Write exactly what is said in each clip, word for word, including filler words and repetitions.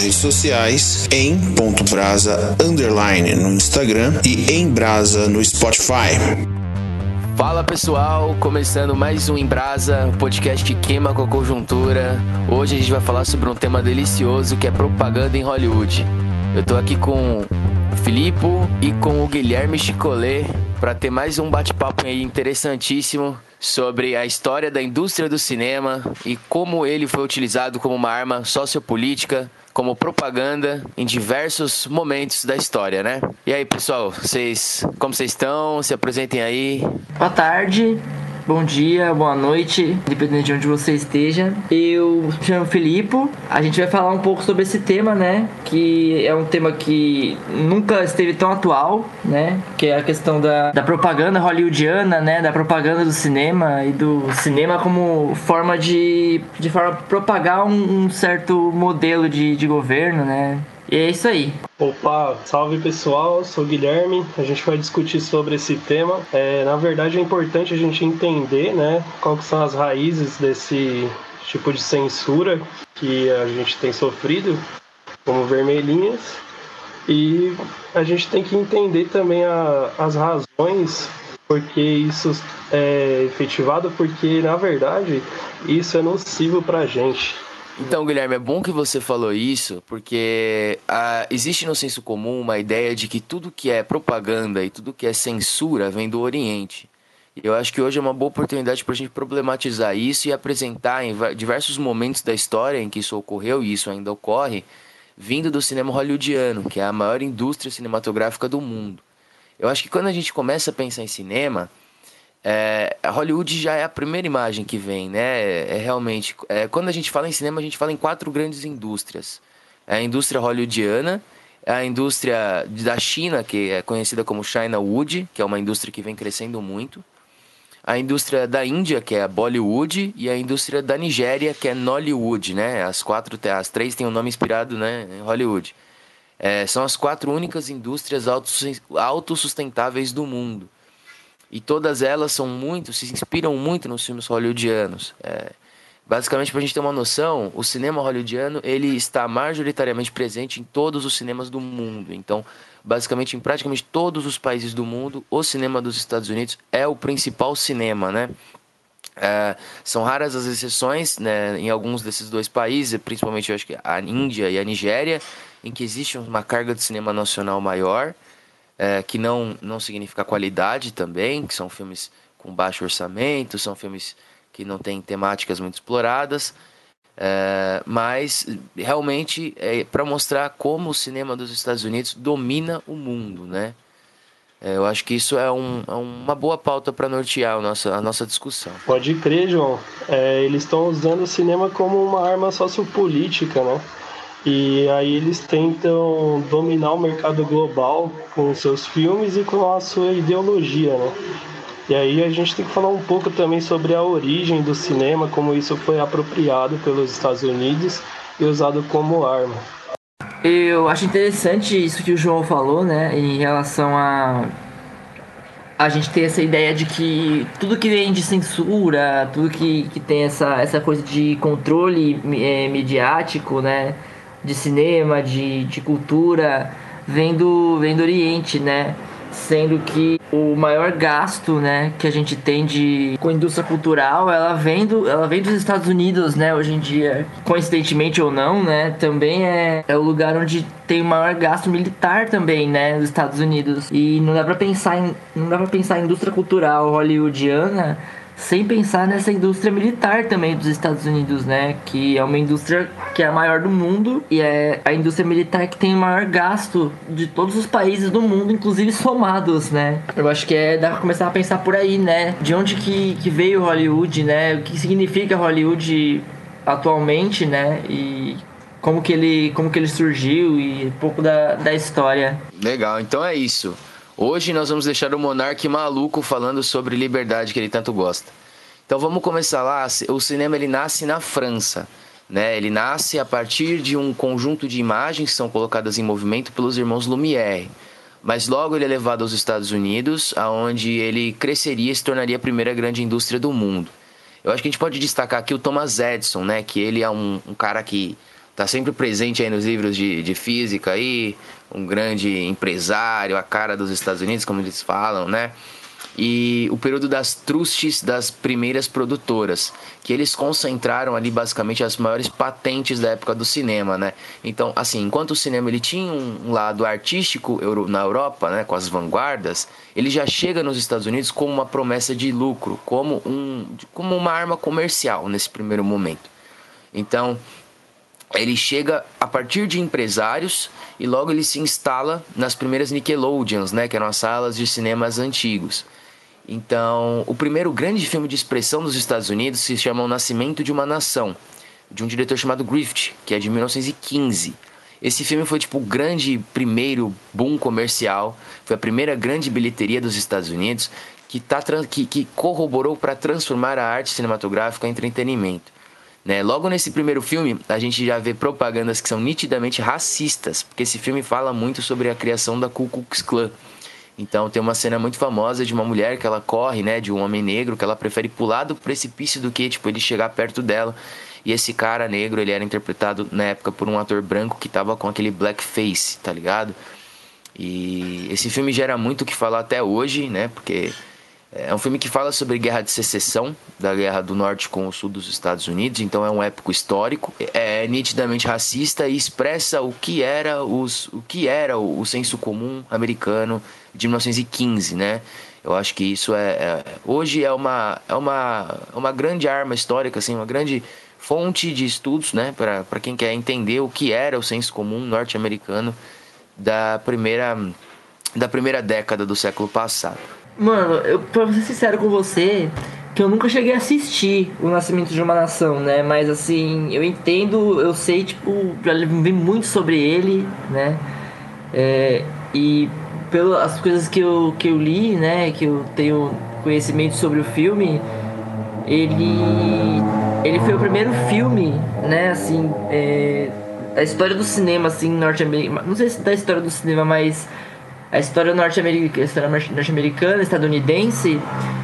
redes sociais em ponto brasa underline no Instagram e em brasa no Spotify. Fala pessoal, começando mais um Em Brasa, o podcast que queima com a conjuntura. Hoje a gente vai falar sobre um tema delicioso que é propaganda em Hollywood. Eu tô aqui com o Filipe e com o Guilherme Chicolé para ter mais um bate-papo aí interessantíssimo sobre a história da indústria do cinema e como ele foi utilizado como uma arma sociopolítica, como propaganda em diversos momentos da história, né? E aí, pessoal, vocês, como vocês estão? Se apresentem aí. Boa tarde, bom dia, boa noite, dependendo de onde você esteja. Eu me chamo Filipe, a gente vai falar um pouco sobre esse tema, né? Que é um tema que nunca esteve tão atual, né? Que é a questão da, da propaganda hollywoodiana, né? Da propaganda do cinema e do cinema como forma de, de forma propagar um, um certo modelo de, de governo, né? E é isso aí. Opa, salve pessoal, sou o Guilherme, a gente vai discutir sobre esse tema. É, na verdade é importante a gente entender, né, quais são as raízes desse tipo de censura que a gente tem sofrido como vermelhinhas, e a gente tem que entender também a, as razões porque isso é efetivado, porque na verdade isso é nocivo pra gente. Então, Guilherme, é bom que você falou isso, porque ah, existe no senso comum uma ideia de que tudo que é propaganda e tudo que é censura vem do Oriente. E eu acho que hoje é uma boa oportunidade para a gente problematizar isso e apresentar em diversos momentos da história em que isso ocorreu, e isso ainda ocorre, vindo do cinema hollywoodiano, que é a maior indústria cinematográfica do mundo. Eu acho que quando a gente começa a pensar em cinema, É, a Hollywood já é a primeira imagem que vem, né? É realmente, é, quando a gente fala em cinema, a gente fala em quatro grandes indústrias. É a indústria hollywoodiana, é a indústria da China, que é conhecida como China Wood, que é uma indústria que vem crescendo muito. A indústria da Índia, que é a Bollywood, e a indústria da Nigéria, que é Nollywood, né? As quatro, as três têm um nome inspirado, né, em Hollywood. É, são as quatro únicas indústrias autossustentáveis do mundo. E todas elas são muito, se inspiram muito nos filmes hollywoodianos. É, basicamente, para a gente ter uma noção, o cinema hollywoodiano ele está majoritariamente presente em todos os cinemas do mundo. Então, basicamente, em praticamente todos os países do mundo, o cinema dos Estados Unidos é o principal cinema, né? É, são raras as exceções, né, em alguns desses dois países, principalmente eu acho que a Índia e a Nigéria, em que existe uma carga de cinema nacional maior. É, que não, não significa qualidade também, que são filmes com baixo orçamento, são filmes que não têm temáticas muito exploradas, é, mas realmente é para mostrar como o cinema dos Estados Unidos domina o mundo, né? É, eu acho que isso é, um, é uma boa pauta para nortear a nossa, a nossa discussão. Pode crer, João. É, eles estão usando o cinema como uma arma sociopolítica, né? E aí eles tentam dominar o mercado global com seus filmes e com a sua ideologia, né? E aí a gente tem que falar um pouco também sobre a origem do cinema, como isso foi apropriado pelos Estados Unidos e usado como arma. Eu acho interessante isso que o João falou, né, em relação a a gente ter essa ideia de que tudo que vem de censura, tudo que, que tem essa, essa coisa de controle é, midiático, né, de cinema, de, de cultura, vem do, vem do Oriente, né? Sendo que o maior gasto, né, que a gente tem de, com a indústria cultural, ela vem, do, ela vem dos Estados Unidos, né, hoje em dia. Coincidentemente ou não, né, também é, é o lugar onde tem o maior gasto militar também, né, nos Estados Unidos. E não dá pra pensar em, não dá pra pensar em indústria cultural hollywoodiana sem pensar nessa indústria militar também dos Estados Unidos, né? Que é uma indústria que é a maior do mundo e é a indústria militar que tem o maior gasto de todos os países do mundo, inclusive somados, né? Eu acho que é, dá pra começar a pensar por aí, né? De onde que, que veio Hollywood, né? O que significa Hollywood atualmente, né? E como que ele, como que ele surgiu e um pouco da, da história. Legal, então é isso. Hoje nós vamos deixar o monarca maluco falando sobre liberdade que ele tanto gosta. Então vamos começar lá. O cinema ele nasce na França, né? Ele nasce a partir de um conjunto de imagens que são colocadas em movimento pelos irmãos Lumière. Mas logo ele é levado aos Estados Unidos, onde ele cresceria e se tornaria a primeira grande indústria do mundo. Eu acho que a gente pode destacar aqui o Thomas Edison, né? Que ele é um, um cara que tá sempre presente aí nos livros de, de física aí, um grande empresário, a cara dos Estados Unidos, como eles falam, né? E o período das trustes das primeiras produtoras, que eles concentraram ali basicamente as maiores patentes da época do cinema, né? Então, assim, enquanto o cinema ele tinha um lado artístico na Europa, né, com as vanguardas, ele já chega nos Estados Unidos como uma promessa de lucro, como, um, como uma arma comercial nesse primeiro momento. Então, ele chega a partir de empresários e logo ele se instala nas primeiras Nickelodeons, né, que eram as salas de cinemas antigos. Então, o primeiro grande filme de expressão dos Estados Unidos se chama O Nascimento de uma Nação, de um diretor chamado Griffith, que é de mil novecentos e quinze. Esse filme foi tipo o grande primeiro boom comercial, foi a primeira grande bilheteria dos Estados Unidos que, tá, que, que corroborou para transformar a arte cinematográfica em entretenimento. Né? Logo nesse primeiro filme, a gente já vê propagandas que são nitidamente racistas, porque esse filme fala muito sobre a criação da Ku Klux Klan. Então tem uma cena muito famosa de uma mulher que ela corre, né, de um homem negro, que ela prefere pular do precipício do que, tipo, ele chegar perto dela. E esse cara negro, ele era interpretado na época por um ator branco que tava com aquele blackface, tá ligado? E esse filme gera muito o que falar até hoje, né, porque é um filme que fala sobre guerra de secessão, da guerra do norte com o sul dos Estados Unidos, então é um épico histórico, é nitidamente racista e expressa o que era, os, o, que era o, o senso comum americano de mil novecentos e quinze, né? Eu acho que isso é, é hoje é uma, é uma, uma grande arma histórica, assim, uma grande fonte de estudos, né, para quem quer entender o que era o senso comum norte-americano da primeira, da primeira década do século passado. Mano, eu, pra ser sincero com você, que eu nunca cheguei a assistir O Nascimento de uma Nação, né? Mas assim, eu entendo, eu sei, tipo, já vi muito sobre ele, né? É, e pelas coisas que eu, que eu li, né? Que eu tenho conhecimento sobre o filme, ele, ele foi o primeiro filme, né? Assim, é, da história do cinema, assim, norte-americano. Não sei se da história do cinema, mas a história norte-americana, história norte-americana, estadunidense,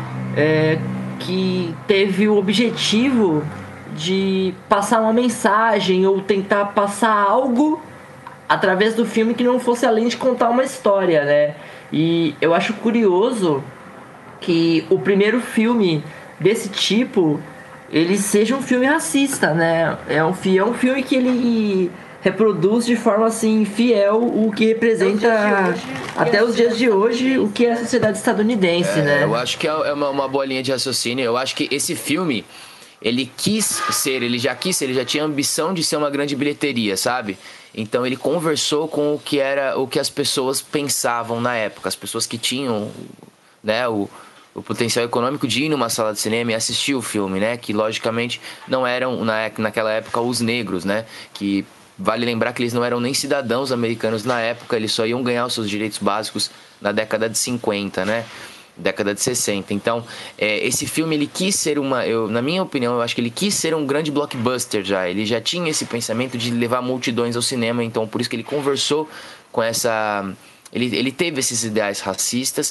é, que teve o objetivo de passar uma mensagem ou tentar passar algo através do filme que não fosse além de contar uma história, né? E eu acho curioso que o primeiro filme desse tipo, ele seja um filme racista, né? É um, é um filme que ele reproduz de forma assim fiel o que representa até os dias de hoje o que é a sociedade estadunidense, é, né? Eu acho que é uma, uma boa linha de raciocínio. Eu acho que esse filme, ele quis ser, ele já quis ser, ele já tinha a ambição de ser uma grande bilheteria, sabe? Então ele conversou com o que era, o que as pessoas pensavam na época, as pessoas que tinham, né, o o potencial econômico de ir numa sala de cinema e assistir o filme, né? Que logicamente não eram na, naquela época os negros, né? Que vale lembrar que eles não eram nem cidadãos americanos na época, eles só iam ganhar os seus direitos básicos na década de cinquenta, né? Década de sessenta. Então, é, esse filme, ele quis ser uma... Eu, na minha opinião, eu acho que ele quis ser um grande blockbuster já. Ele já tinha esse pensamento de levar multidões ao cinema, então por isso que ele conversou com essa... Ele, ele teve esses ideais racistas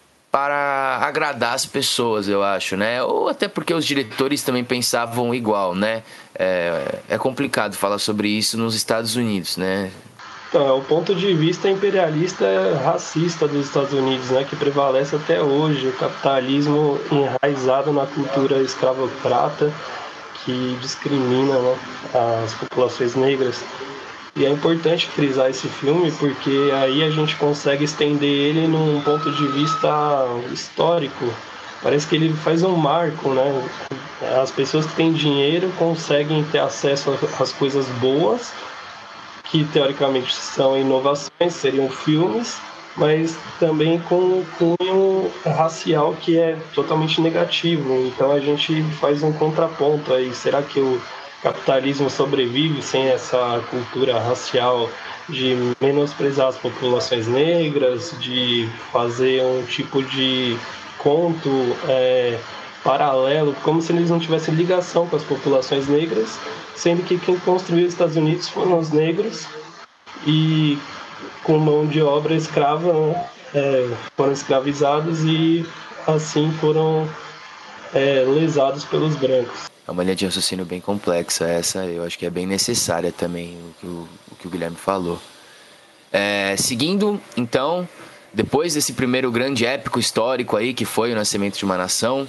para agradar as pessoas, eu acho, né? Ou até porque os diretores também pensavam igual, né? É, é complicado falar sobre isso nos Estados Unidos, né? Então, é o ponto de vista imperialista racista dos Estados Unidos, né? Que prevalece até hoje, o capitalismo enraizado na cultura escravocrata que discrimina, né, as populações negras. E é importante frisar esse filme porque aí a gente consegue estender ele num ponto de vista histórico. Parece que ele faz um marco, né? As pessoas que têm dinheiro conseguem ter acesso às coisas boas, que teoricamente são inovações, seriam filmes, mas também com um cunho racial que é totalmente negativo. Então a gente faz um contraponto aí. Será que o capitalismo sobrevive sem essa cultura racial de menosprezar as populações negras, de fazer um tipo de conto é, paralelo, como se eles não tivessem ligação com as populações negras, sendo que quem construiu os Estados Unidos foram os negros e com mão de obra escrava, né, é, foram escravizados e assim foram é, lesados pelos brancos. É uma linha de raciocínio bem complexa essa, eu acho que é bem necessária também o que o, o, que o Guilherme falou. É, seguindo, então, depois desse primeiro grande épico histórico aí, que foi o nascimento de uma nação,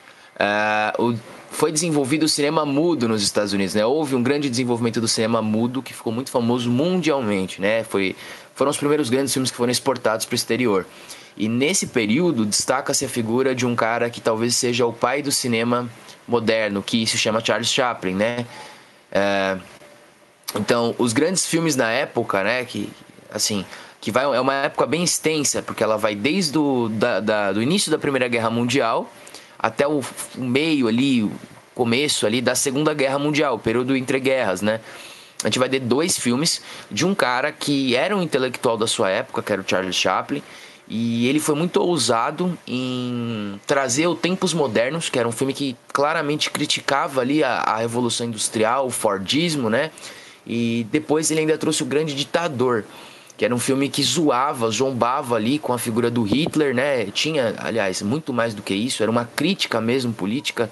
é, o, foi desenvolvido o cinema mudo nos Estados Unidos, né? Houve um grande desenvolvimento do cinema mudo que ficou muito famoso mundialmente, né? Foi, foram os primeiros grandes filmes que foram exportados para o exterior. E nesse período destaca-se a figura de um cara que talvez seja o pai do cinema moderno, que se chama Charles Chaplin, né? É, então, os grandes filmes na época, né? Que, assim, que vai, é uma época bem extensa, porque ela vai desde o da, da, do início da Primeira Guerra Mundial até o, o meio ali, o começo ali da Segunda Guerra Mundial, o período entre guerras, né? A gente vai ter dois filmes de um cara que era um intelectual da sua época, que era o Charles Chaplin, e ele foi muito ousado em trazer o Tempos Modernos, que era um filme que claramente criticava ali a, a Revolução Industrial, o Fordismo, né? E depois ele ainda trouxe o Grande Ditador, que era um filme que zoava, zombava ali com a figura do Hitler, né? Tinha, aliás, muito mais do que isso, era uma crítica mesmo política.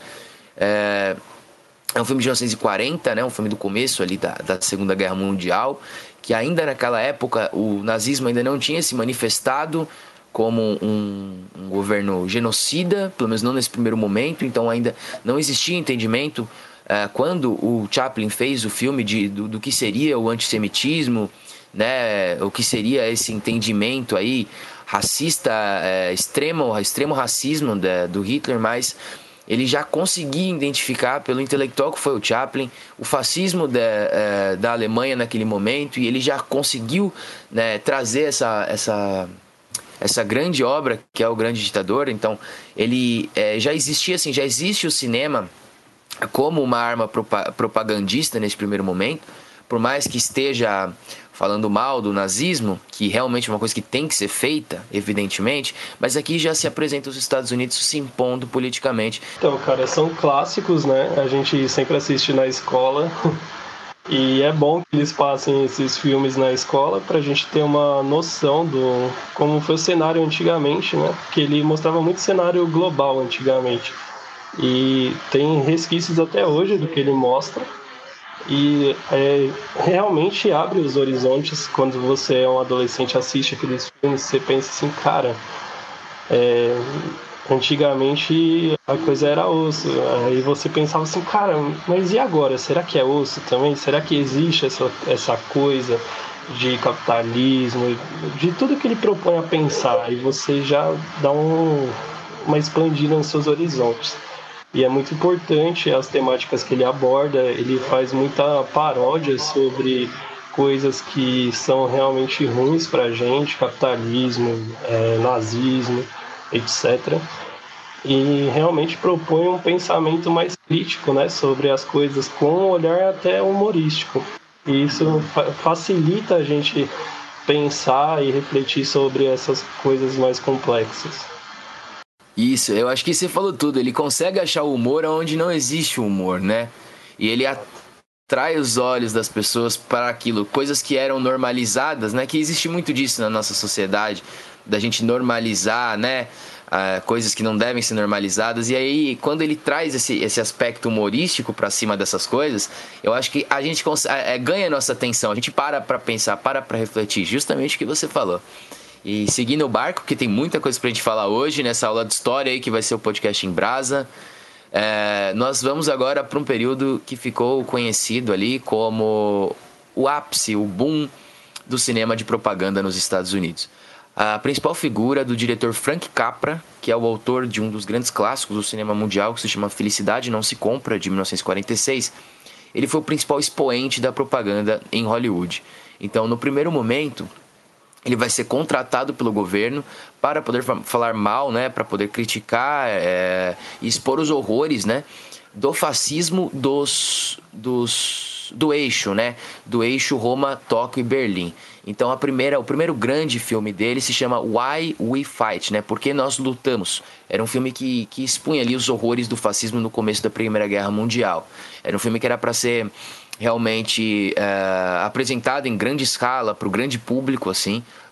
É, é um filme de mil novecentos e quarenta, né? Um filme do começo ali da, da Segunda Guerra Mundial, que ainda naquela época o nazismo ainda não tinha se manifestado como um, um governo genocida, pelo menos não nesse primeiro momento, então ainda não existia entendimento uh, quando o Chaplin fez o filme de, do, do que seria o antissemitismo, né, o que seria esse entendimento aí racista, uh, extremo, extremo racismo da, do Hitler, mas ele já conseguia identificar pelo intelectual que foi o Chaplin o fascismo da, uh, da Alemanha naquele momento, e ele já conseguiu, né, trazer essa... essa essa grande obra que é o Grande Ditador. Então ele é, já existia assim, já existe o cinema como uma arma propagandista nesse primeiro momento, por mais que esteja falando mal do nazismo, que realmente é uma coisa que tem que ser feita, evidentemente, mas aqui já se apresenta os Estados Unidos se impondo politicamente. Então, cara, são clássicos, né? A gente sempre assiste na escola. E é bom que eles passem esses filmes na escola para a gente ter uma noção do como foi o cenário antigamente, né? Porque ele mostrava muito cenário global antigamente. E tem resquícios até hoje do que ele mostra. E é, realmente abre os horizontes quando você é um adolescente, assiste aqueles filmes, você pensa assim, cara... É, antigamente a coisa era osso, aí você pensava assim, cara, mas e agora? Será que é osso também? Será que existe essa, essa coisa de capitalismo, de tudo que ele propõe a pensar, e você já dá um, uma expandida nos seus horizontes. E é muito importante as temáticas que ele aborda, ele faz muita paródia sobre coisas que são realmente ruins pra gente, capitalismo, é, nazismo, etcétera. E realmente propõe um pensamento mais crítico, né, sobre as coisas, com um olhar até humorístico. E isso fa- facilita a gente pensar e refletir sobre essas coisas mais complexas. Isso, eu acho que você falou tudo. Ele consegue achar o humor onde não existe o humor, né? E ele atrai os olhos das pessoas para aquilo, coisas que eram normalizadas, né? Que existe muito disso na nossa sociedade, da gente normalizar, né? Uh, coisas que não devem ser normalizadas. E aí, quando ele traz esse, esse aspecto humorístico pra cima dessas coisas, eu acho que a gente cons- é, ganha a nossa atenção. A gente para pra pensar, para pra refletir, justamente o que você falou. E seguindo o barco, que tem muita coisa pra gente falar hoje nessa aula de história aí, que vai ser o podcast em Brasa, é, nós vamos agora para um período que ficou conhecido ali como o ápice, o boom do cinema de propaganda nos Estados Unidos. A principal figura do diretor Frank Capra, que é o autor de um dos grandes clássicos do cinema mundial, que se chama Felicidade Não Se Compra, de mil novecentos e quarenta e seis, ele foi o principal expoente da propaganda em Hollywood. Então, no primeiro momento, ele vai ser contratado pelo governo para poder falar mal, né, para poder criticar é, e expor os horrores, né, do fascismo dos, dos, do eixo, né, do eixo Roma, Tóquio e Berlim. Então a primeira, o primeiro grande filme dele se chama Why We Fight, né? Porque nós lutamos. Era um filme que, que expunha ali os horrores do fascismo no começo da Primeira Guerra Mundial. Era um filme que era para ser realmente é, apresentado em grande escala para o grande público, assim,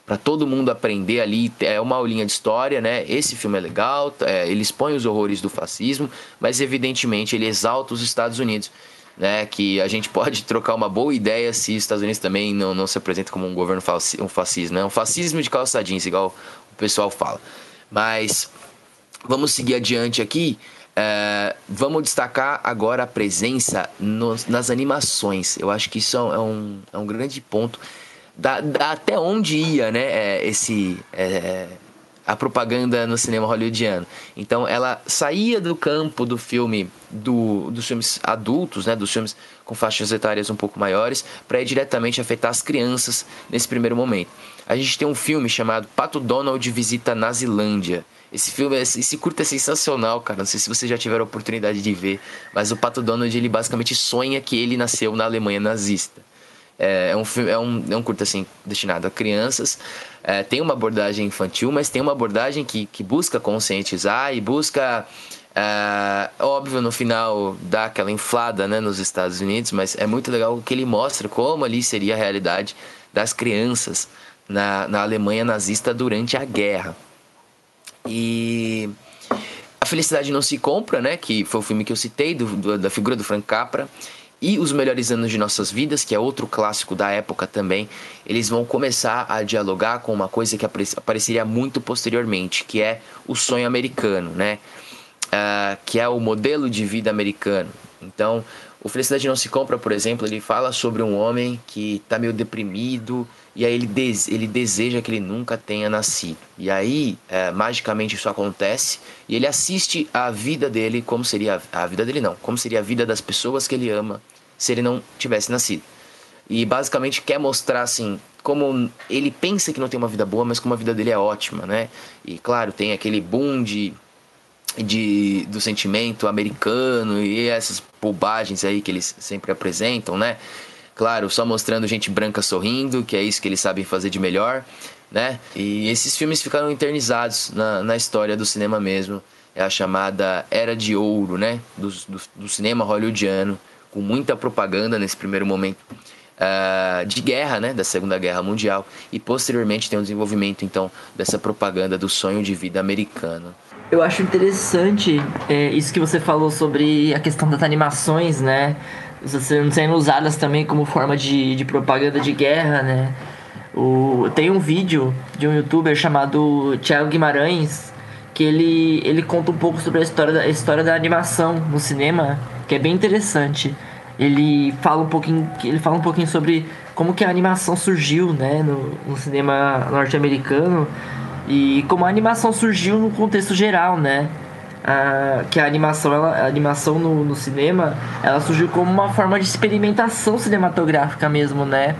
para todo mundo aprender ali, é uma aulinha de história, né? Esse filme é legal, é, ele expõe os horrores do fascismo, mas evidentemente ele exalta os Estados Unidos, né? Que a gente pode trocar uma boa ideia se os Estados Unidos também não, não se apresenta como um governo fasci- um fascismo, né? Um fascismo de calça jeans, igual o pessoal fala. Mas vamos seguir adiante aqui. É, vamos destacar agora a presença nos, nas animações. Eu acho que isso é um, é um grande ponto. Da, da, até onde ia, né, é, esse, é, a propaganda no cinema hollywoodiano. Então ela saía do campo do filme, do, dos filmes adultos, né, dos filmes com faixas etárias um pouco maiores, para ir diretamente afetar as crianças nesse primeiro momento. A gente tem um filme chamado Pato Donald Visita Nazilândia. Esse filme, esse curta é sensacional, cara. Não sei se vocês já tiveram a oportunidade de ver, mas o Pato Donald, ele basicamente sonha que ele nasceu na Alemanha nazista. É, é, um, é, um, é um curta assim, destinado a crianças. É, tem uma abordagem infantil, mas tem uma abordagem que, que busca conscientizar e busca, é, óbvio, no final dar aquela inflada, né, nos Estados Unidos, mas é muito legal que ele mostra como ali seria a realidade das crianças na, na Alemanha nazista durante a guerra. E A Felicidade Não Se Compra, né, que foi o filme que eu citei, do, do, da figura do Frank Capra, e Os Melhores Anos de Nossas Vidas, que é outro clássico da época também, eles vão começar a dialogar com uma coisa que apareceria muito posteriormente, que é o sonho americano, né? Uh, que é o modelo de vida americano. Então, o Felicidade Não Se Compra, por exemplo, ele fala sobre um homem que está meio deprimido, e aí ele, des- ele deseja que ele nunca tenha nascido. E aí, é, magicamente isso acontece, e ele assiste a vida dele, como seria a, a vida dele não, como seria a vida das pessoas que ele ama se ele não tivesse nascido. E basicamente quer mostrar, assim, como ele pensa que não tem uma vida boa, mas como a vida dele é ótima, né? E claro, tem aquele boom de, de, do sentimento americano e essas bobagens aí que eles sempre apresentam, né? Claro, só mostrando gente branca sorrindo, que é isso que eles sabem fazer de melhor, né? E esses filmes ficaram eternizados na, na história do cinema mesmo. É a chamada Era de Ouro, né? Do, do, do cinema hollywoodiano, com muita propaganda nesse primeiro momento uh, de guerra, né? Da Segunda Guerra Mundial. E posteriormente tem o desenvolvimento, então, dessa propaganda do sonho de vida americano. Eu acho interessante é, isso que você falou sobre a questão das animações, né? Sendo usadas também como forma de, de propaganda de guerra, né? O, tem um vídeo de um youtuber chamado Thiago Guimarães, que ele, ele conta um pouco sobre a história, da, a história da animação no cinema, que é bem interessante. Ele fala um pouquinho, ele fala um pouquinho sobre como que a animação surgiu, né, no, no cinema norte-americano, e como a animação surgiu no contexto geral, né? Ah, que a animação, ela, a animação no, no cinema, ela surgiu como uma forma de experimentação cinematográfica mesmo, né?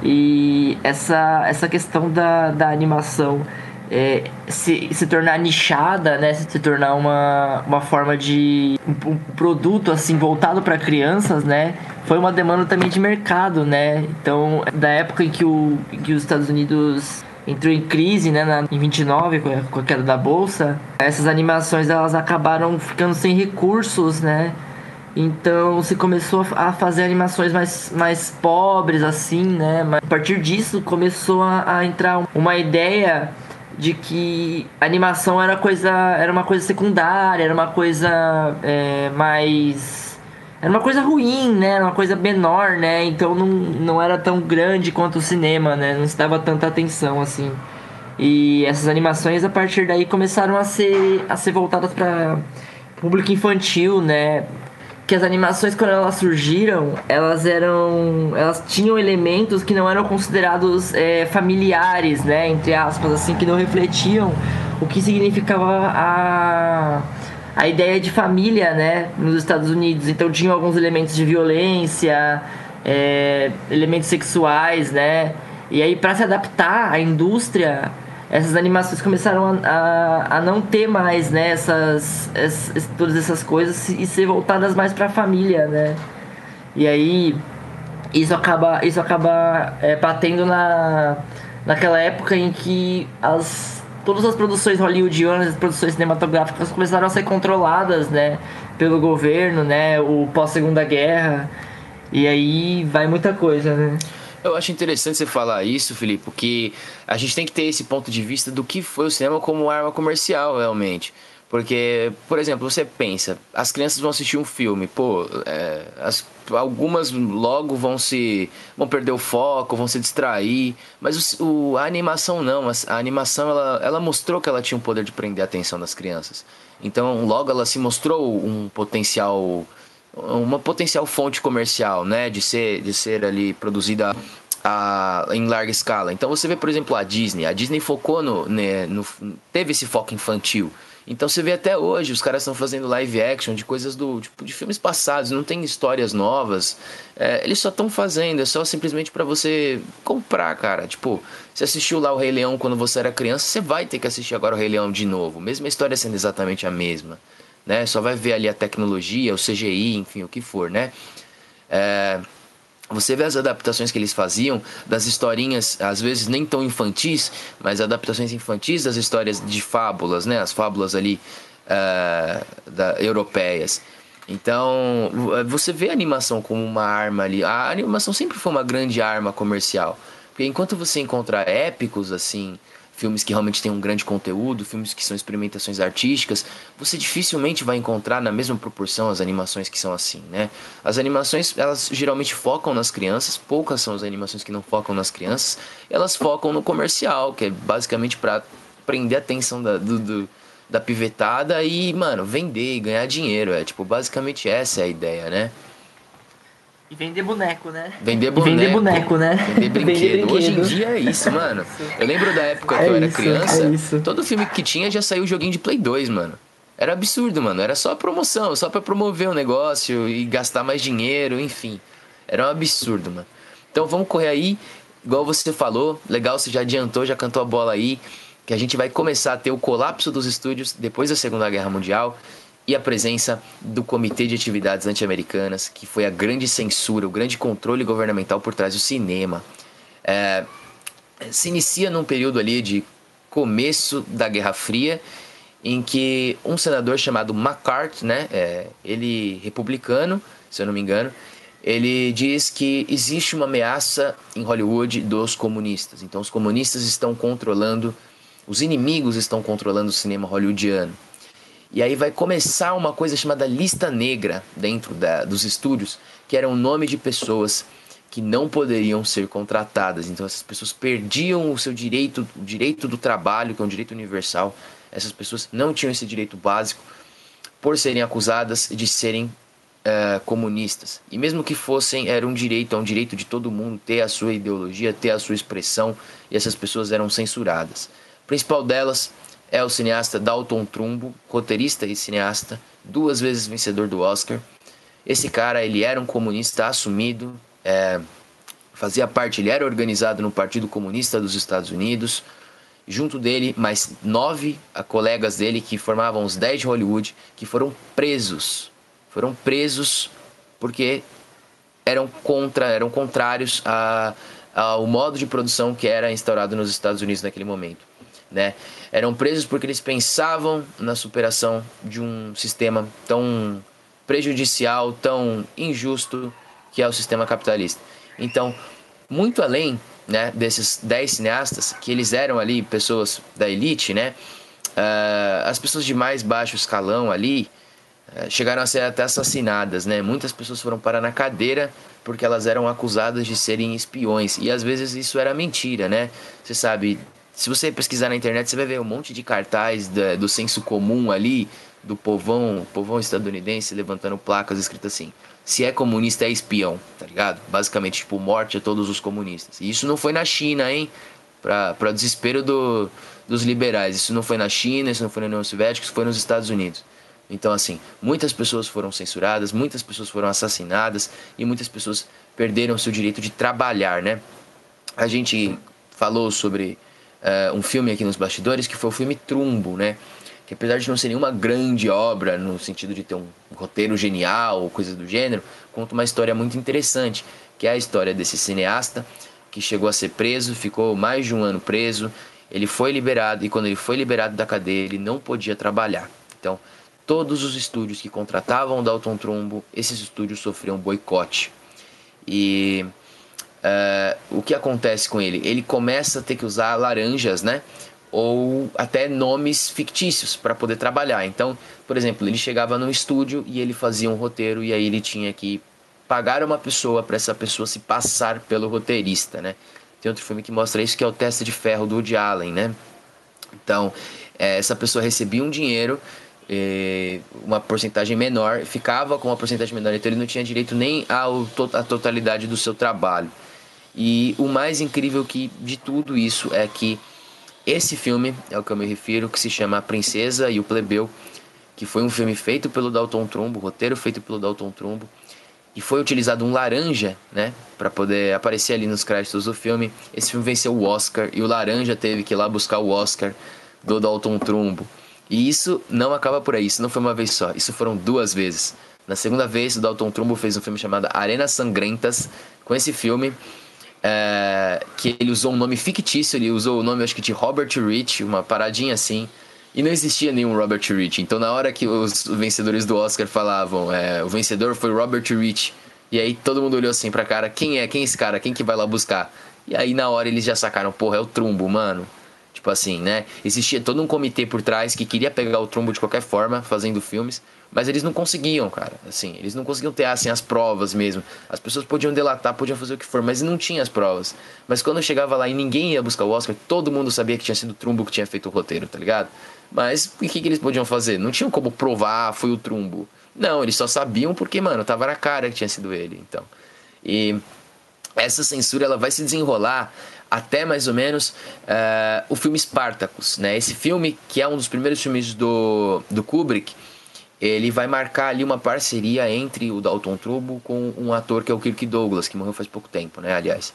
E essa, essa questão da, da animação é, se, se tornar nichada, né? Se tornar uma, uma forma de um, um produto assim voltado para crianças, né? Foi uma demanda também de mercado, né? Então, da época em que, o, em que os Estados Unidos entrou em crise, né, na, em vinte e nove, com a, com a queda da bolsa, essas animações elas acabaram ficando sem recursos, né? Então se começou a fazer animações mais, mais pobres, assim, né? Mas a partir disso começou a, a entrar uma ideia de que a animação era, coisa, era uma coisa secundária, era uma coisa é, mais... Era uma coisa ruim, né? Era uma coisa menor, né? Então não, não era tão grande quanto o cinema, né? Não se dava tanta atenção, assim. E essas animações, a partir daí, começaram a ser, a ser voltadas para público infantil, né? Que as animações, quando elas surgiram, elas eram... Elas tinham elementos que não eram considerados é, familiares, né? Entre aspas, assim, que não refletiam o que significava a... a ideia de família, né, nos Estados Unidos. Então tinham alguns elementos de violência, é, elementos sexuais, né, e aí para se adaptar à indústria, essas animações começaram a, a, a não ter mais, né, essas, essas, todas essas coisas e ser voltadas mais para a família, né, e aí isso acaba, isso acaba é, batendo na, naquela época em que as todas as produções hollywoodianas, as produções cinematográficas começaram a ser controladas, né, pelo governo, né, o pós-segunda guerra, e aí vai muita coisa, né. Eu acho interessante você falar isso, Felipe, porque a gente tem que ter esse ponto de vista do que foi o cinema como arma comercial, realmente. Porque, por exemplo, você pensa, as crianças vão assistir um filme, pô, é, as, algumas logo vão se vão perder o foco, vão se distrair, mas o, o, a animação não, a, a animação ela, ela mostrou que ela tinha o poder de prender a atenção das crianças. Então, logo ela se mostrou um potencial uma potencial fonte comercial, né, de ser de ser ali produzida a, em larga escala. Então você vê, por exemplo, a Disney. A Disney focou no, né, no teve esse foco infantil. Então você vê até hoje, os caras estão fazendo live action de coisas do tipo de filmes passados, não tem histórias novas. É, eles só estão fazendo, é só simplesmente para você comprar, cara. Tipo, você assistiu lá o Rei Leão quando você era criança, você vai ter que assistir agora o Rei Leão de novo, mesmo a história sendo exatamente a mesma, né? Só vai ver ali a tecnologia, o C G I, enfim, o que for, né? É... Você vê as adaptações que eles faziam das historinhas, às vezes nem tão infantis, mas adaptações infantis das histórias de fábulas, né? As fábulas ali uh, da, europeias. Então, você vê a animação como uma arma ali. A animação sempre foi uma grande arma comercial. Porque enquanto você encontra épicos, assim, filmes que realmente têm um grande conteúdo, filmes que são experimentações artísticas, você dificilmente vai encontrar na mesma proporção as animações que são assim, né? As animações, elas geralmente focam nas crianças, poucas são as animações que não focam nas crianças, elas focam no comercial, que é basicamente para prender a atenção da, do, do, da pivetada e, mano, vender e ganhar dinheiro, é tipo, basicamente essa é a ideia, né? E vender boneco, né? Vender boneco. Vender boneco, né? Vender brinquedo. Vender brinquedo. Hoje em dia é isso, mano. Eu lembro da época que é eu era isso, criança, é isso. todo filme que tinha já saiu joguinho de Play dois, mano. Era absurdo, mano. Era só promoção, só pra promover o negócio e gastar mais dinheiro, enfim. Era um absurdo, mano. Então vamos correr aí, igual você falou. Legal, você já adiantou, já cantou a bola aí. Que a gente vai começar a ter o colapso dos estúdios depois da Segunda Guerra Mundial. E a presença do Comitê de Atividades Anti-Americanas, que foi a grande censura, o grande controle governamental por trás do cinema. É, se inicia num período ali de começo da Guerra Fria, em que um senador chamado McCarthy, né, é, ele republicano, se eu não me engano, ele diz que existe uma ameaça em Hollywood dos comunistas. Então os comunistas estão controlando, os inimigos estão controlando o cinema hollywoodiano. E aí vai começar uma coisa chamada lista negra dentro da, dos estúdios, que era o nome de pessoas que não poderiam ser contratadas. Então essas pessoas perdiam o seu direito, o direito do trabalho, que é um direito universal. Essas pessoas não tinham esse direito básico por serem acusadas de serem uh, comunistas. E mesmo que fossem, era um direito, é um direito de todo mundo ter a sua ideologia, ter a sua expressão, e essas pessoas eram censuradas. A principal delas é o cineasta Dalton Trumbo, roteirista e cineasta, duas vezes vencedor do Oscar. Esse cara, ele era um comunista assumido, é, fazia parte, ele era organizado no Partido Comunista dos Estados Unidos. Junto dele, mais nove colegas dele que formavam os dez de Hollywood, que foram presos. Foram presos porque eram contra, eram contrários a, ao modo de produção que era instaurado nos Estados Unidos naquele momento. Né? Eram presos porque eles pensavam na superação de um sistema tão prejudicial, tão injusto que é o sistema capitalista. Então, muito além, né, desses dez cineastas, que eles eram ali pessoas da elite, né, uh, as pessoas de mais baixo escalão ali uh, chegaram a ser até assassinadas, né? Muitas pessoas foram parar na cadeira porque elas eram acusadas de serem espiões, e às vezes isso era mentira, né? Você sabe, se você pesquisar na internet, você vai ver um monte de cartaz da, do senso comum ali, do povão, povão estadunidense, levantando placas escritas assim: se é comunista, é espião, tá ligado? Basicamente, tipo, morte a todos os comunistas. E isso não foi na China, hein? Pra, pra desespero do, dos liberais. Isso não foi na China, isso não foi na União Soviética, isso foi nos Estados Unidos. Então, assim, muitas pessoas foram censuradas, muitas pessoas foram assassinadas e muitas pessoas perderam seu direito de trabalhar, né? A gente falou sobre Uh, um filme aqui nos bastidores, que foi o filme Trumbo, né? Que apesar de não ser nenhuma grande obra, no sentido de ter um roteiro genial ou coisa do gênero, conta uma história muito interessante, que é a história desse cineasta que chegou a ser preso, ficou mais de um ano preso, ele foi liberado, e quando ele foi liberado da cadeia, ele não podia trabalhar. Então, todos os estúdios que contratavam o Dalton Trumbo, esses estúdios sofriam boicote. E uh, o que acontece com ele? Ele começa a ter que usar laranjas, né? Ou até nomes fictícios para poder trabalhar. Então, por exemplo, ele chegava num estúdio e ele fazia um roteiro e aí ele tinha que pagar uma pessoa para essa pessoa se passar pelo roteirista, né? Tem outro filme que mostra isso, que é o Testa de Ferro, do Woody Allen, né? Então, essa pessoa recebia um dinheiro, uma porcentagem menor, ficava com uma porcentagem menor, então ele não tinha direito nem à totalidade do seu trabalho. E o mais incrível que, de tudo isso é que esse filme, é o que eu me refiro, que se chama A Princesa e o Plebeu, que foi um filme feito pelo Dalton Trumbo, roteiro feito pelo Dalton Trumbo, e foi utilizado um laranja, né, para poder aparecer ali nos créditos do filme. Esse filme venceu o Oscar e o laranja teve que ir lá buscar o Oscar do Dalton Trumbo. E isso não acaba por aí, isso não foi uma vez só, isso foram duas vezes. Na segunda vez, o Dalton Trumbo fez um filme chamado Arenas Sangrentas. Com esse filme, é, que ele usou um nome fictício, ele usou o nome, acho que de Robert Rich, uma paradinha assim. E não existia nenhum Robert Rich. Então, na hora que os vencedores do Oscar falavam, é, o vencedor foi Robert Rich, e aí todo mundo olhou assim pra cara, quem é? Quem é esse cara? Quem que vai lá buscar? E aí, na hora, eles já sacaram, porra, é o Trumbo, mano. Tipo assim, né? Existia todo um comitê por trás que queria pegar o Trumbo de qualquer forma, fazendo filmes, mas eles não conseguiam, cara. Assim, eles não conseguiam ter, assim, as provas mesmo. As pessoas podiam delatar, podiam fazer o que for, mas não tinha as provas. Mas quando eu chegava lá e ninguém ia buscar o Oscar, todo mundo sabia que tinha sido o Trumbo que tinha feito o roteiro, tá ligado? Mas o que, que eles podiam fazer? Não tinham como provar, ah, foi o Trumbo. Não, eles só sabiam porque, mano, tava na cara que tinha sido ele, então. E essa censura, ela vai se desenrolar até mais ou menos uh, o filme Spartacus, né? Esse filme, que é um dos primeiros filmes do, do Kubrick, ele vai marcar ali uma parceria entre o Dalton Trumbo com um ator que é o Kirk Douglas, que morreu faz pouco tempo, né? Aliás,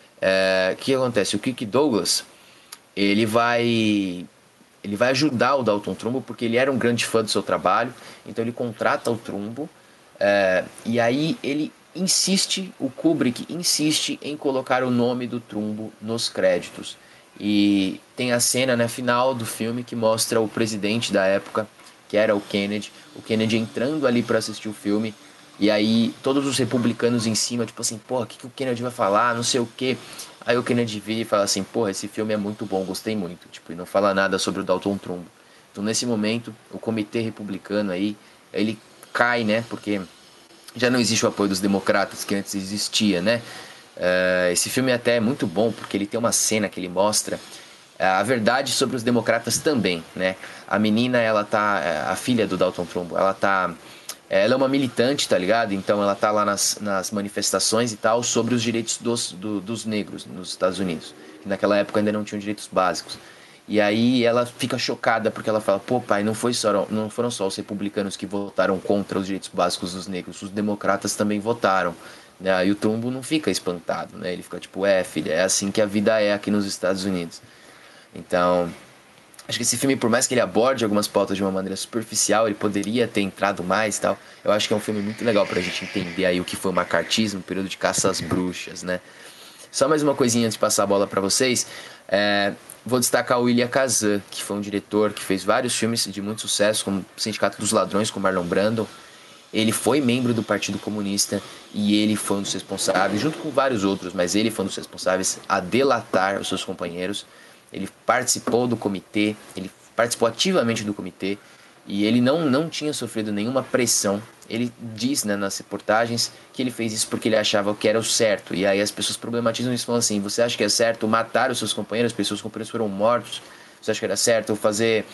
o uh, que acontece? O Kirk Douglas, ele vai... Ele vai ajudar o Dalton Trumbo porque ele era um grande fã do seu trabalho. Então ele contrata o Trumbo. É, e aí ele insiste, o Kubrick insiste em colocar o nome do Trumbo nos créditos. E tem a cena, né, final do filme que mostra o presidente da época, que era o Kennedy. O Kennedy entrando ali para assistir o filme. E aí todos os republicanos em cima, tipo assim, porra, o que, que o Kennedy vai falar, não sei o quê. Aí o Kennedy vira e fala assim, porra, esse filme é muito bom, gostei muito. Tipo, e não fala nada sobre o Dalton Trumbo. Então, nesse momento, o comitê republicano aí, ele cai, né? Porque já não existe o apoio dos democratas que antes existia, né? Uh, esse filme até é muito bom, porque ele tem uma cena que ele mostra a verdade sobre os democratas também, né? A menina, ela tá... A filha do Dalton Trumbo, ela tá... Ela é uma militante, tá ligado? Então ela tá lá nas, nas manifestações e tal sobre os direitos dos, do, dos negros nos Estados Unidos. Que naquela época ainda não tinham direitos básicos. E aí ela fica chocada porque ela fala, pô pai, não, foi só, não foram só os republicanos que votaram contra os direitos básicos dos negros, os democratas também votaram. Né? Aí o Trumbo não fica espantado, né? Ele fica tipo, é filha, é assim que a vida é aqui nos Estados Unidos. Então... Acho que esse filme, por mais que ele aborde algumas pautas de uma maneira superficial, ele poderia ter entrado mais e tal. Eu acho que é um filme muito legal pra gente entender aí o que foi o macartismo, o período de caça às bruxas, né? Só mais uma coisinha antes de passar a bola pra vocês. É, vou destacar o Elia Kazan, que foi um diretor que fez vários filmes de muito sucesso, como Sindicato dos Ladrões, com Marlon Brando. Ele foi membro do Partido Comunista e ele foi um dos responsáveis, junto com vários outros, mas ele foi um dos responsáveis a delatar os seus companheiros. Ele participou do comitê, ele participou ativamente do comitê e ele não, não tinha sofrido nenhuma pressão. Ele diz, né, nas reportagens que ele fez isso porque ele achava que era o certo. E aí as pessoas problematizam isso e falam assim, você acha que é certo matar os seus companheiros, porque seus companheiros foram mortos? Você acha que era certo fazer,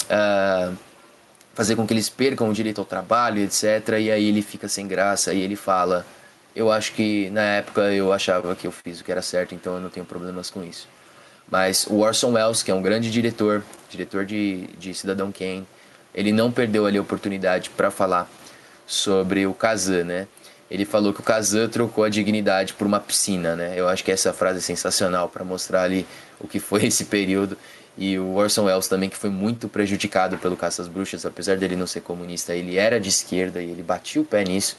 uh, fazer com que eles percam o direito ao trabalho, etcétera. E aí ele fica sem graça e ele fala, eu acho que na época eu achava que eu fiz o que era certo, então eu não tenho problemas com isso. Mas o Orson Welles, que é um grande diretor, diretor de, de Cidadão Kane, ele não perdeu ali a oportunidade para falar sobre o Kazan, né? Ele falou que o Kazan trocou a dignidade por uma piscina, né? Eu acho que essa frase é sensacional para mostrar ali o que foi esse período. E o Orson Welles também, que foi muito prejudicado pelo Caça às Bruxas, apesar dele não ser comunista, ele era de esquerda e ele batia o pé nisso.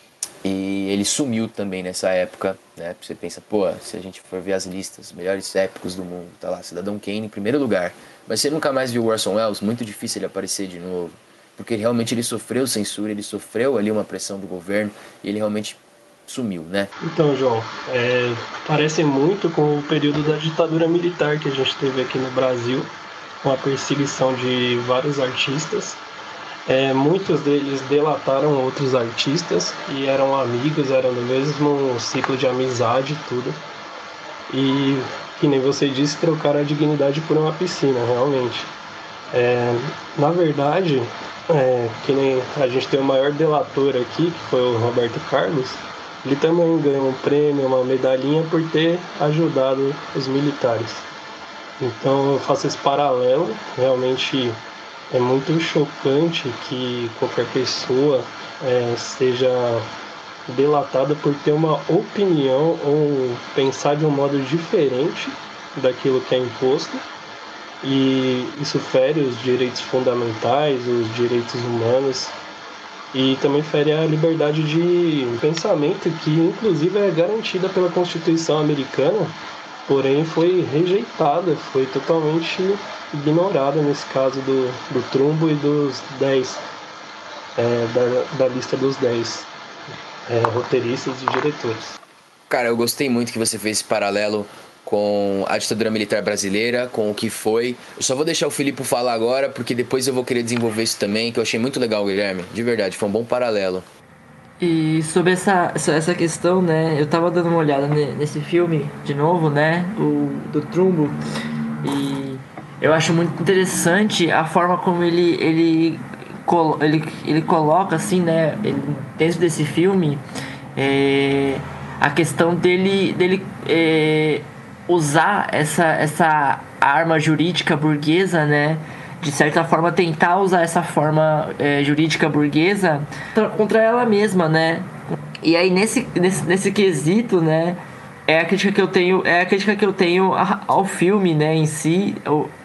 E ele sumiu também nessa época, né? Você pensa, pô, se a gente for ver as listas, melhores épicos do mundo, tá lá, Cidadão Kane em primeiro lugar. Mas você nunca mais viu o Orson Welles, muito difícil ele aparecer de novo. Porque ele, realmente ele sofreu censura, ele sofreu ali uma pressão do governo, e ele realmente sumiu, né? Então, João, é, parece muito com o período da ditadura militar que a gente teve aqui no Brasil, com a perseguição de vários artistas. É, muitos deles delataram outros artistas e eram amigos, eram do mesmo ciclo de amizade e tudo. E, que nem você disse, trocaram a dignidade por uma piscina, realmente. É, na verdade, é, que nem a gente tem o maior delator aqui, que foi o Roberto Carlos, ele também ganhou um prêmio, uma medalhinha por ter ajudado os militares. Então eu faço esse paralelo, realmente é muito chocante que qualquer pessoa é, seja delatada por ter uma opinião ou pensar de um modo diferente daquilo que é imposto. E isso fere os direitos fundamentais, os direitos humanos, e também fere a liberdade de pensamento, que inclusive é garantida pela Constituição americana, porém foi rejeitada, foi totalmente ignorada nesse caso do, do Trumbo e dos dez, é, da, da lista dos dez é, roteiristas e diretores. Cara, eu gostei muito que você fez esse paralelo com a ditadura militar brasileira, com o que foi. Eu só vou deixar o Filipe falar agora, porque depois eu vou querer desenvolver isso também, que eu achei muito legal, Guilherme. De verdade, foi um bom paralelo. E sobre essa, essa questão, né, eu tava dando uma olhada nesse filme de novo, né, o do Trumbo, e eu acho muito interessante a forma como ele ele, ele, ele coloca, assim, né, dentro desse filme, é, a questão dele, dele é, usar essa, essa arma jurídica burguesa, né, de certa forma tentar usar essa forma é, jurídica burguesa contra ela mesma, né? E aí nesse, nesse, nesse quesito, né, é a crítica que eu tenho, é a crítica que eu tenho ao filme, né, em si,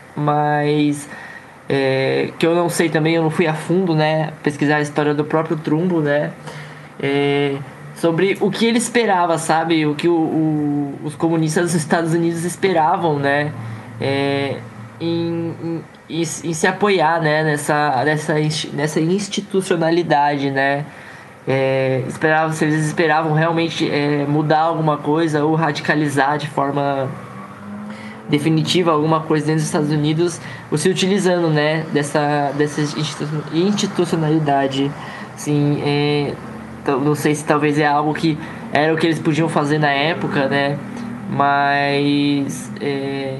mas é, que eu não sei também, eu não fui a fundo, né, pesquisar a história do próprio Trumbo, né, é, sobre o que ele esperava, sabe, o que o, o, os comunistas dos Estados Unidos esperavam, né, é, em, em E, e se apoiar, né, nessa, nessa, nessa institucionalidade, né, é, esperava, se eles esperavam realmente é, mudar alguma coisa ou radicalizar de forma definitiva alguma coisa dentro dos Estados Unidos, ou se utilizando, né, dessa, dessa institucionalidade, assim, é, não sei se talvez é algo que era o que eles podiam fazer na época, né, mas é,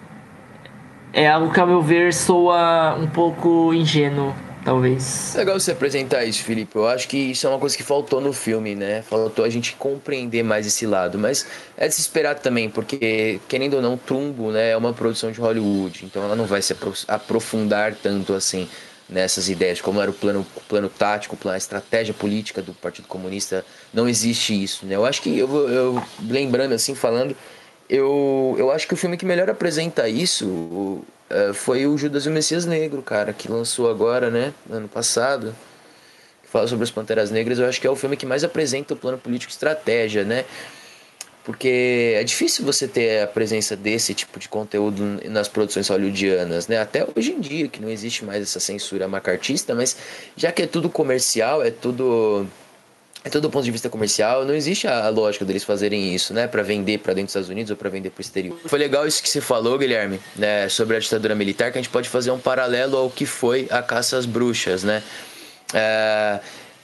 É algo que, ao meu ver, soa um pouco ingênuo, talvez. É legal você apresentar isso, Felipe. Eu acho que isso é uma coisa que faltou no filme, né? Faltou a gente compreender mais esse lado. Mas é de se esperar também, porque, querendo ou não, Trumbo, né, é uma produção de Hollywood. Então ela não vai se aprofundar tanto assim nessas ideias, como era o plano, o plano tático, o plano, a estratégia política do Partido Comunista. Não existe isso, né? Eu acho que, eu, eu lembrando assim, falando... Eu, eu acho que o filme que melhor apresenta isso uh, foi o Judas e o Messias Negro, cara, que lançou agora, né, ano passado, que fala sobre as Panteras Negras. Eu acho que é o filme que mais apresenta o plano político e estratégia, né, porque é difícil você ter a presença desse tipo de conteúdo nas produções hollywoodianas, né, até hoje em dia, que não existe mais essa censura macartista, mas já que é tudo comercial, é tudo... É todo do ponto de vista comercial, não existe a lógica deles fazerem isso, né, para vender para dentro dos Estados Unidos ou para vender para o exterior. Foi legal isso que você falou, Guilherme, né, sobre a ditadura militar, que a gente pode fazer um paralelo ao que foi a caça às bruxas, né. É...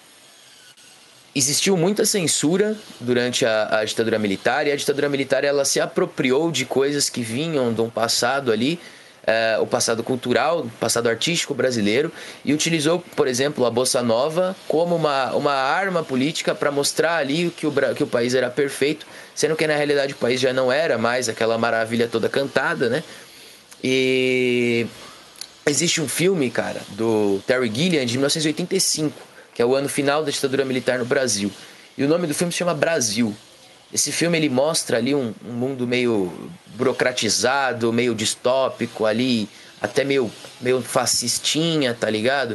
Existiu muita censura durante a, a ditadura militar, e a ditadura militar ela se apropriou de coisas que vinham de um passado ali, É, o passado cultural, o passado artístico brasileiro, e utilizou, por exemplo, a Bossa Nova como uma, uma arma política para mostrar ali que o, que o país era perfeito, sendo que na realidade o país já não era mais aquela maravilha toda cantada, né? E existe um filme, cara, do Terry Gilliam de mil novecentos e oitenta e cinco, que é o ano final da ditadura militar no Brasil, e o nome do filme se chama Brasil. Esse filme ele mostra ali um, um mundo meio burocratizado, meio distópico ali, até meio, meio fascistinha, tá ligado?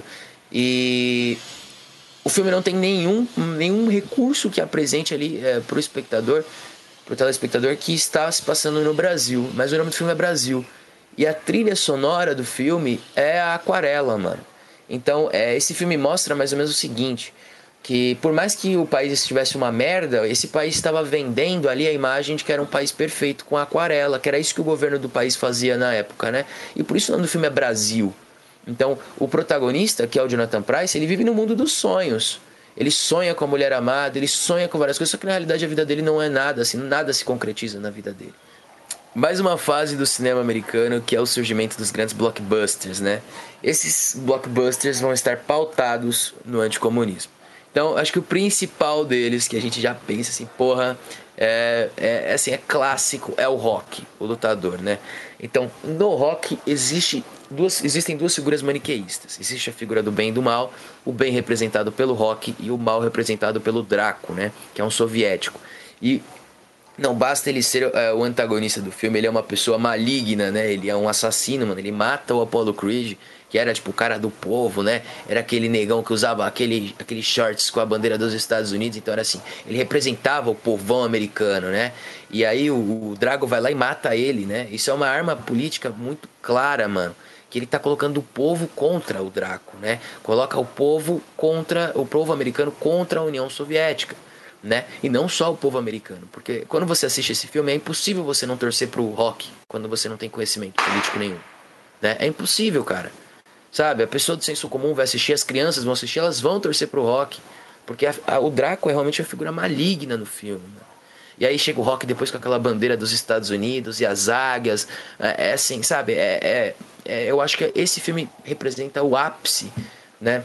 E o filme não tem nenhum, nenhum recurso que apresente ali é, pro espectador, pro telespectador que está se passando no Brasil. Mas o nome do filme é Brasil. E a trilha sonora do filme é a Aquarela, mano. Então, é, esse filme mostra mais ou menos o seguinte... que por mais que o país estivesse uma merda, esse país estava vendendo ali a imagem de que era um país perfeito com aquarela, que era isso que o governo do país fazia na época, né? E por isso o nome do filme é Brasil. Então, o protagonista, que é o Jonathan Pryce, ele vive no mundo dos sonhos. Ele sonha com a mulher amada, ele sonha com várias coisas, só que na realidade a vida dele não é nada, assim, nada se concretiza na vida dele. Mais uma fase do cinema americano, que é o surgimento dos grandes blockbusters, né? Esses blockbusters vão estar pautados no anticomunismo. Então, acho que o principal deles, que a gente já pensa assim, porra, é, é, assim, é clássico, é o Rocky, o lutador, né? Então, no Rocky existe duas, existem duas figuras maniqueístas. Existe a figura do bem e do mal, o bem representado pelo Rocky e o mal representado pelo Draco, né? Que é um soviético. E não basta ele ser é, o antagonista do filme, ele é uma pessoa maligna, né? Ele é um assassino, mano. Ele mata o Apollo Creed, que era tipo o cara do povo, né? Era aquele negão que usava aquele, aquele shorts com a bandeira dos Estados Unidos. Então era assim, ele representava o povão americano, né? E aí o, o Drago vai lá e mata ele, né? Isso é uma arma política muito clara, mano. Que ele tá colocando o povo contra o Draco, né? Coloca o povo contra, o povo americano contra a União Soviética, né? E não só o povo americano, porque quando você assiste esse filme é impossível você não torcer pro Rocky quando você não tem conhecimento político nenhum, né? É impossível, cara. Sabe, a pessoa do senso comum vai assistir, as crianças vão assistir, elas vão torcer pro Rocky, porque a, a, o Draco é realmente uma figura maligna no filme, né? E aí chega o Rocky depois com aquela bandeira dos Estados Unidos e as águias, é, é assim, sabe, é, é, é, eu acho que esse filme representa o ápice, né,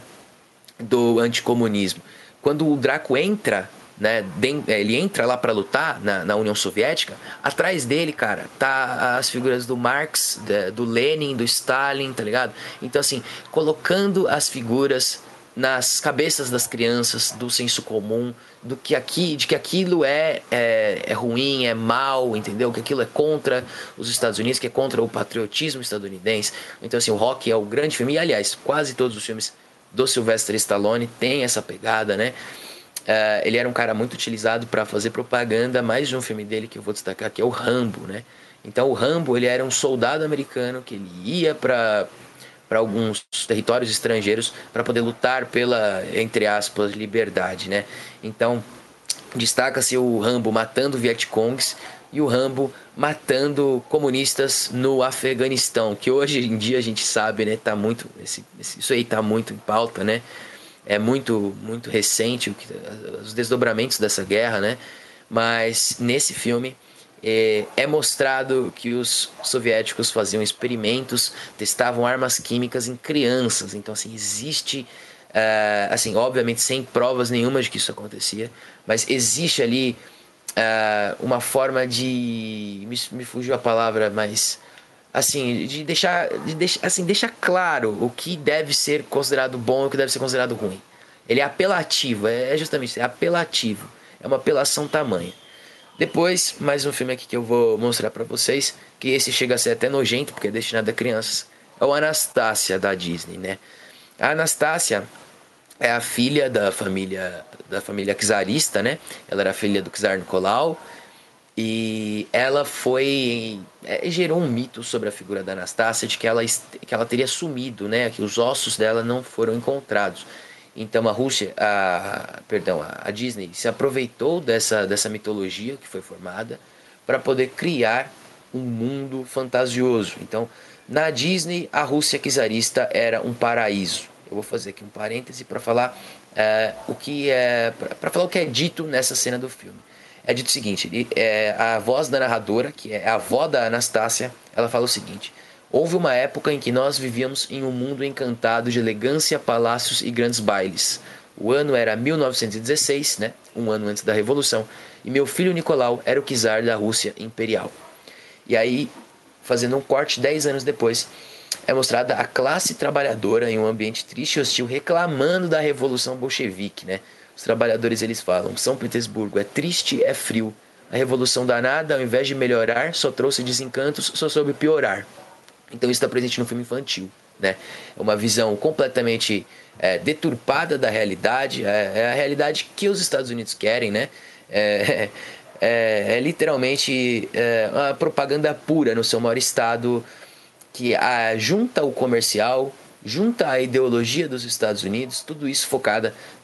do anticomunismo. Quando o Draco entra, né, ele entra lá para lutar na, na União Soviética, atrás dele, cara, tá as figuras do Marx, do Lenin, do Stalin, tá ligado? Então, assim, colocando as figuras nas cabeças das crianças, do senso comum, do que aqui, de que aquilo é, é, é ruim, é mal, entendeu? Que aquilo é contra os Estados Unidos, que é contra o patriotismo estadunidense. Então, assim, o Rocky é o grande filme, e aliás, quase todos os filmes do Sylvester Stallone têm essa pegada, né? Uh, ele era um cara muito utilizado para fazer propaganda. Mais de um filme dele que eu vou destacar, que é o Rambo, né? Então o Rambo, ele era um soldado americano que ele ia para para alguns territórios estrangeiros para poder lutar pela, entre aspas, liberdade, né? Então destaca-se o Rambo matando Vietcongs e o Rambo matando comunistas no Afeganistão, que hoje em dia a gente sabe, né? Tá muito esse, esse, isso aí tá muito em pauta, né? É muito, muito recente os desdobramentos dessa guerra, né? Mas nesse filme é, é mostrado que os soviéticos faziam experimentos, testavam armas químicas em crianças. Então, assim, existe, uh, assim, obviamente sem provas nenhuma de que isso acontecia, mas existe ali uh, uma forma de... Me, me fugiu a palavra, mas... assim, de deixar, de deixar, assim, deixar claro o que deve ser considerado bom e o que deve ser considerado ruim. Ele é apelativo, é justamente isso, é apelativo. É uma apelação tamanha. Depois, mais um filme aqui que eu vou mostrar pra vocês, que esse chega a ser até nojento, porque é destinado a crianças. É o Anastasia, da Disney, né? A Anastasia é a filha da família, da família czarista, né? Ela era filha do czar Nicolau. E ela foi... É, gerou um mito sobre a figura da Anastasia, de que ela, que ela teria sumido, né? Que os ossos dela não foram encontrados. Então a Rússia, a, perdão, a Disney se aproveitou dessa, dessa mitologia que foi formada para poder criar um mundo fantasioso. Então, na Disney, a Rússia czarista era um paraíso. Eu vou fazer aqui um parêntese para falar é, o que é, para falar o que é dito nessa cena do filme. É dito o seguinte, é, a voz da narradora, que é a avó da Anastasia, ela fala o seguinte: houve uma época em que nós vivíamos em um mundo encantado de elegância, palácios e grandes bailes. O ano era mil novecentos e dezesseis, né? Um ano antes da Revolução, e meu filho Nicolau era o czar da Rússia Imperial. E aí, fazendo um corte dez anos depois, é mostrada a classe trabalhadora em um ambiente triste e hostil, reclamando da Revolução Bolchevique, né? Os trabalhadores, eles falam: São Petersburgo é triste, é frio. A revolução danada, ao invés de melhorar, só trouxe desencantos, só soube piorar. Então isso está presente no filme infantil, né? É uma visão completamente é, deturpada da realidade. É, é a realidade que os Estados Unidos querem, né? É, é, é literalmente é, uma propaganda pura no seu maior estado, que a, junta o comercial, junta a ideologia dos Estados Unidos, tudo isso focada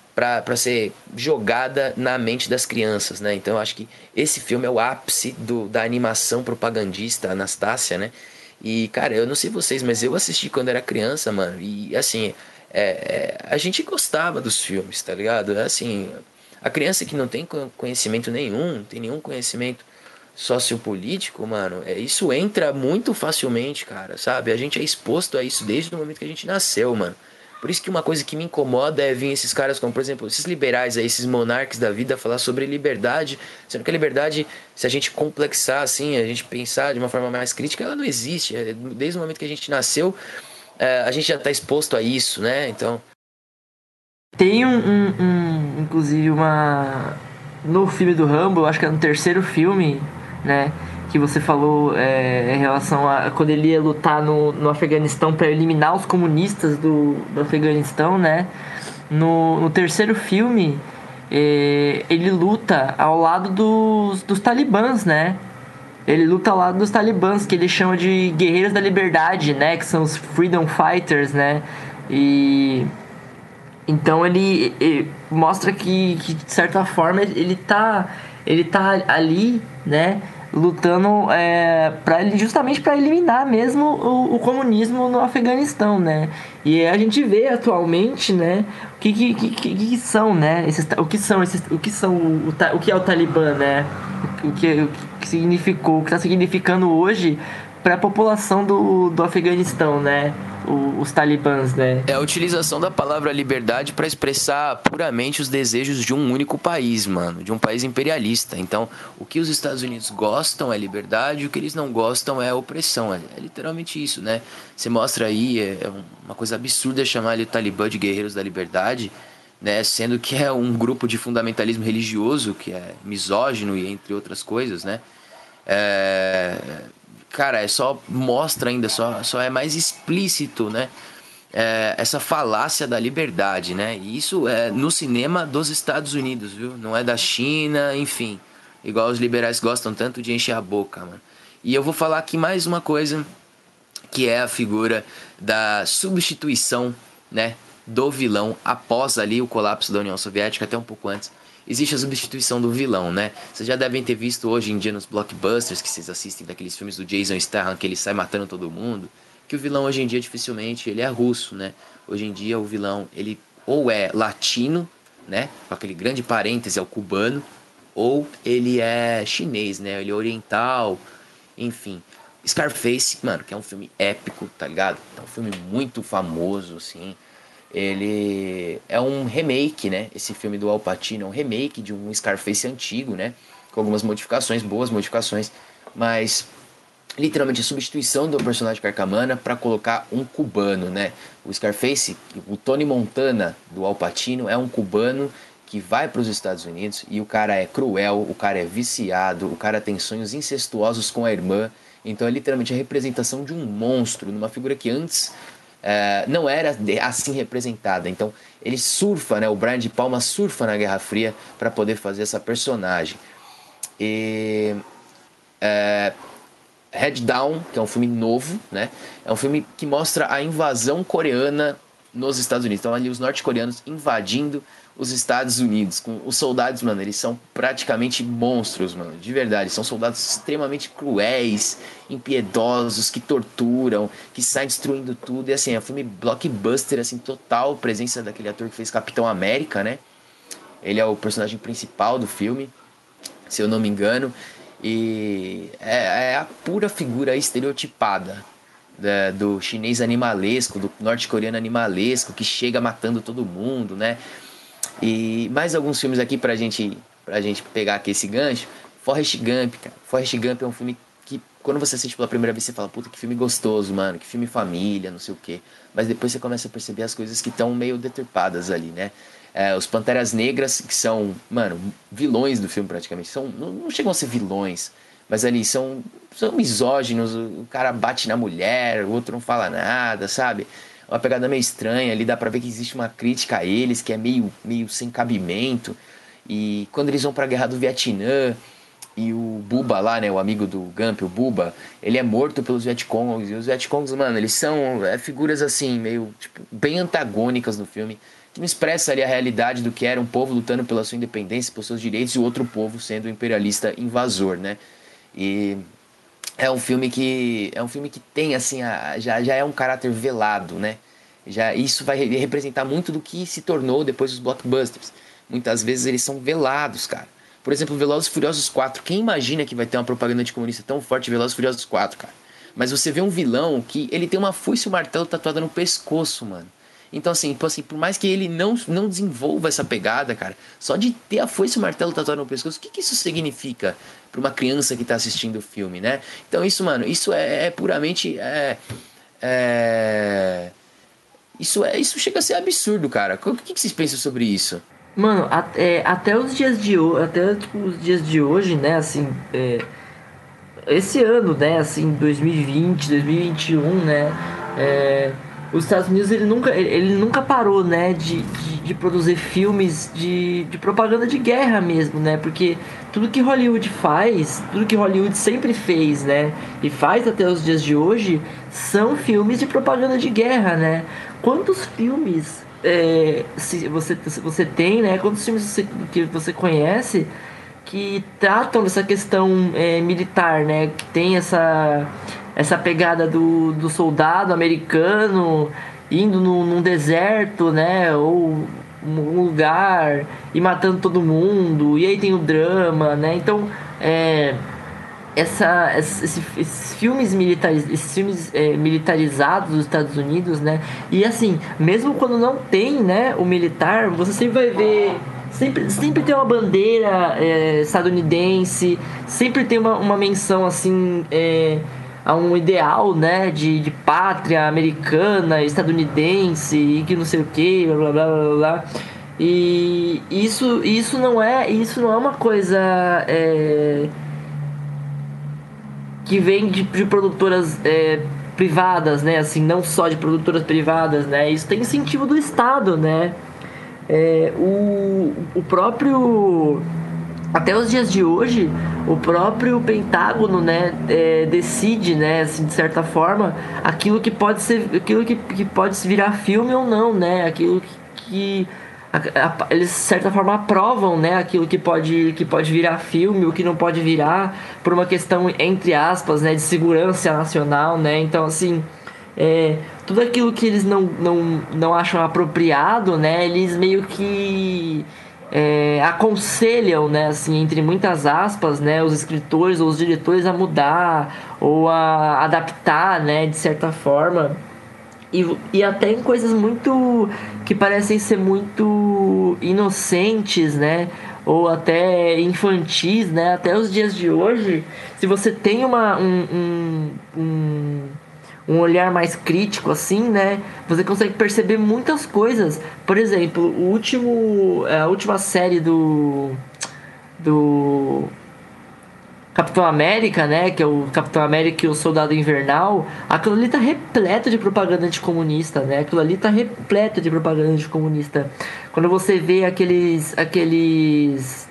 pra, pra ser jogada na mente das crianças, né? Então eu acho que esse filme é o ápice do, da animação propagandista, Anastácia, né? E, cara, eu não sei vocês, mas eu assisti quando era criança, mano. E, assim, é, é, a gente gostava dos filmes, tá ligado? Assim, a criança que não tem conhecimento nenhum, não tem nenhum conhecimento sociopolítico, mano, é, isso entra muito facilmente, cara, sabe? A gente é exposto a isso desde o momento que a gente nasceu, mano. Por isso que uma coisa que me incomoda é vir esses caras como, por exemplo, esses liberais aí, esses monarcas da vida falar sobre liberdade, sendo que a liberdade, se a gente complexar assim, a gente pensar de uma forma mais crítica, ela não existe. É, desde o momento que a gente nasceu, é, a gente já tá exposto a isso, né? Então... Tem um, um, um inclusive uma... No filme do Rambo, acho que é no terceiro filme, né? Que você falou é, em relação a quando ele ia lutar no, no Afeganistão para eliminar os comunistas do, do Afeganistão, né? No, no terceiro filme, é, ele luta ao lado dos, dos talibãs, né? Ele luta ao lado dos talibãs, que ele chama de guerreiros da liberdade, né? Que são os Freedom Fighters, né? E... Então ele, ele mostra que, que, de certa forma, ele tá, ele tá ali, né, lutando é, pra, justamente para eliminar mesmo o, o comunismo no Afeganistão, né? E a gente vê atualmente, né, o que, que, que, que são, né, esses, o que são esses, o que são o, o que é o Talibã, né? O que, o que significou, o que está significando hoje para a população do, do Afeganistão, né? O, os talibãs, né? É a utilização da palavra liberdade para expressar puramente os desejos de um único país, mano, de um país imperialista. Então, o que os Estados Unidos gostam é liberdade, o que eles não gostam é opressão. É, é literalmente isso, né? Você mostra aí, é, é uma coisa absurda chamar ali o Talibã de guerreiros da liberdade, né? Sendo que é um grupo de fundamentalismo religioso, que é misógino e entre outras coisas, né? É... Cara, é só mostra ainda, só, só é mais explícito, né? É, essa falácia da liberdade, né? E isso é no cinema dos Estados Unidos, viu? Não é da China, enfim. Igual os liberais gostam tanto de encher a boca, mano. E eu vou falar aqui mais uma coisa, que é a figura da substituição, né, do vilão após ali o colapso da União Soviética, até um pouco antes. Existe a substituição do vilão, né? Vocês já devem ter visto hoje em dia nos blockbusters que vocês assistem daqueles filmes do Jason Statham, que ele sai matando todo mundo, que o vilão hoje em dia dificilmente ele é russo, né? Hoje em dia o vilão ele ou é latino, né, com aquele grande parêntese ao cubano, ou ele é chinês, né? Ele é oriental, enfim. Scarface, mano, que é um filme épico, tá ligado? É um filme muito famoso, assim. Ele é um remake, né? Esse filme do Al Pacino é um remake de um Scarface antigo, né? Com algumas modificações, boas modificações, mas literalmente a substituição do personagem Carcamana para colocar um cubano, né? O Scarface, o Tony Montana do Al Pacino é um cubano que vai para os Estados Unidos e o cara é cruel, o cara é viciado, o cara tem sonhos incestuosos com a irmã. Então é literalmente a representação de um monstro, numa figura que antes é, não era assim representada. Então ele surfa, né? O Brian De Palma surfa na Guerra Fria para poder fazer essa personagem. E é, Head Down, que é um filme novo, né? É um filme que mostra a invasão coreana nos Estados Unidos. Então ali os norte-coreanos invadindo os Estados Unidos, com os soldados, mano, eles são praticamente monstros, mano, de verdade, são soldados extremamente cruéis, impiedosos, que torturam, que saem destruindo tudo, e assim, é um filme blockbuster, assim, total, presença daquele ator que fez Capitão América, né, ele é o personagem principal do filme, se eu não me engano, e é, é a pura figura estereotipada da, do chinês animalesco, do norte-coreano animalesco, que chega matando todo mundo, né. E mais alguns filmes aqui pra gente, pra gente pegar aqui esse gancho. Forrest Gump, cara. Forrest Gump é um filme que, quando você assiste pela primeira vez, você fala, puta, que filme gostoso, mano, que filme família, não sei o quê. Mas depois você começa a perceber as coisas que estão meio deturpadas ali, né? É, os Panteras Negras, que são, mano, vilões do filme praticamente. São, não, não chegam a ser vilões, mas ali são, são misóginos. O cara bate na mulher, o outro não fala nada, sabe? Uma pegada meio estranha, ali dá pra ver que existe uma crítica a eles, que é meio, meio sem cabimento. E quando eles vão pra guerra do Vietnã, e o Buba lá, né, o amigo do Gump, o Buba, ele é morto pelos Vietcongs, e os Vietcongs, mano, eles são é, figuras assim, meio, tipo, bem antagônicas no filme, que que não expressa ali a realidade do que era um povo lutando pela sua independência, pelos seus direitos, e o outro povo sendo um imperialista invasor, né? E é um filme que é um filme que tem assim a, já, já é um caráter velado, né? Já, isso vai representar muito do que se tornou depois os blockbusters. Muitas vezes eles são velados, cara. Por exemplo, Velozes e Furiosos quatro. Quem imagina que vai ter uma propaganda anticomunista tão forte em Velozes e Furiosos quatro, cara? Mas você vê um vilão que ele tem uma foice e um martelo tatuada no pescoço, mano. Então, assim, assim, por mais que ele não, não desenvolva essa pegada, cara, só de ter a foice e o martelo tatuado no pescoço, o que, que isso significa pra uma criança que tá assistindo o filme, né? Então, isso, mano, isso é, é puramente... É, é, isso, é, isso chega a ser absurdo, cara. O que, que vocês pensam sobre isso? Mano, até, até os dias de hoje, até tipo, os dias de hoje, né, assim, é, esse ano, né, assim, dois mil e vinte, dois mil e vinte e um, né, é, os Estados Unidos, ele nunca, ele, ele nunca parou, né, de, de, de produzir filmes de, de propaganda de guerra mesmo, né, porque tudo que Hollywood faz, tudo que Hollywood sempre fez, né, e faz até os dias de hoje, são filmes de propaganda de guerra, né. Quantos filmes é, se você, se você tem, né, quantos filmes você, que você conhece que tratam dessa questão é, militar, né, que tem essa, essa pegada do, do soldado americano indo no, num deserto, né, ou um lugar e matando todo mundo, e aí tem o drama, né, então é, essa, esse, esses filmes militares, esses filmes é, militarizados dos Estados Unidos, né? E assim, mesmo quando não tem, né, o militar, você sempre vai ver, sempre, sempre tem uma bandeira é, estadunidense, sempre tem uma, uma menção assim é, a um ideal, né, de, de pátria americana, estadunidense e que não sei o que, blá blá blá blá blá. E isso, isso não é, isso não é uma coisa é, que vem de, de produtoras é, privadas, né? Assim, não só de produtoras privadas, né? Isso tem incentivo do Estado, né? É, o, o próprio... Até os dias de hoje, o próprio Pentágono, né, é, decide, né, assim, de certa forma, aquilo que pode ser, aquilo que, que pode se virar filme ou não, né? Aquilo que, que a, a, eles de certa forma aprovam, né, aquilo que pode, que pode virar filme, o que não pode virar, por uma questão, entre aspas, né, de segurança nacional, né? Então, assim, é, tudo aquilo que eles não, não, não acham apropriado, né, eles meio que é, aconselham, né, assim, entre muitas aspas, né, os escritores ou os diretores a mudar ou a adaptar, né, de certa forma. E, e até em coisas muito que parecem ser muito inocentes, né? Ou até infantis, né? Até os dias de hoje, se você tem uma, um, um, um, um olhar mais crítico, assim, né? Você consegue perceber muitas coisas. Por exemplo, o último, a última série do do Capitão América, né, que é o Capitão América e o Soldado Invernal, aquilo ali tá repleto de propaganda anticomunista, né? Aquilo ali tá repleto de propaganda anticomunista. Quando você vê aqueles aqueles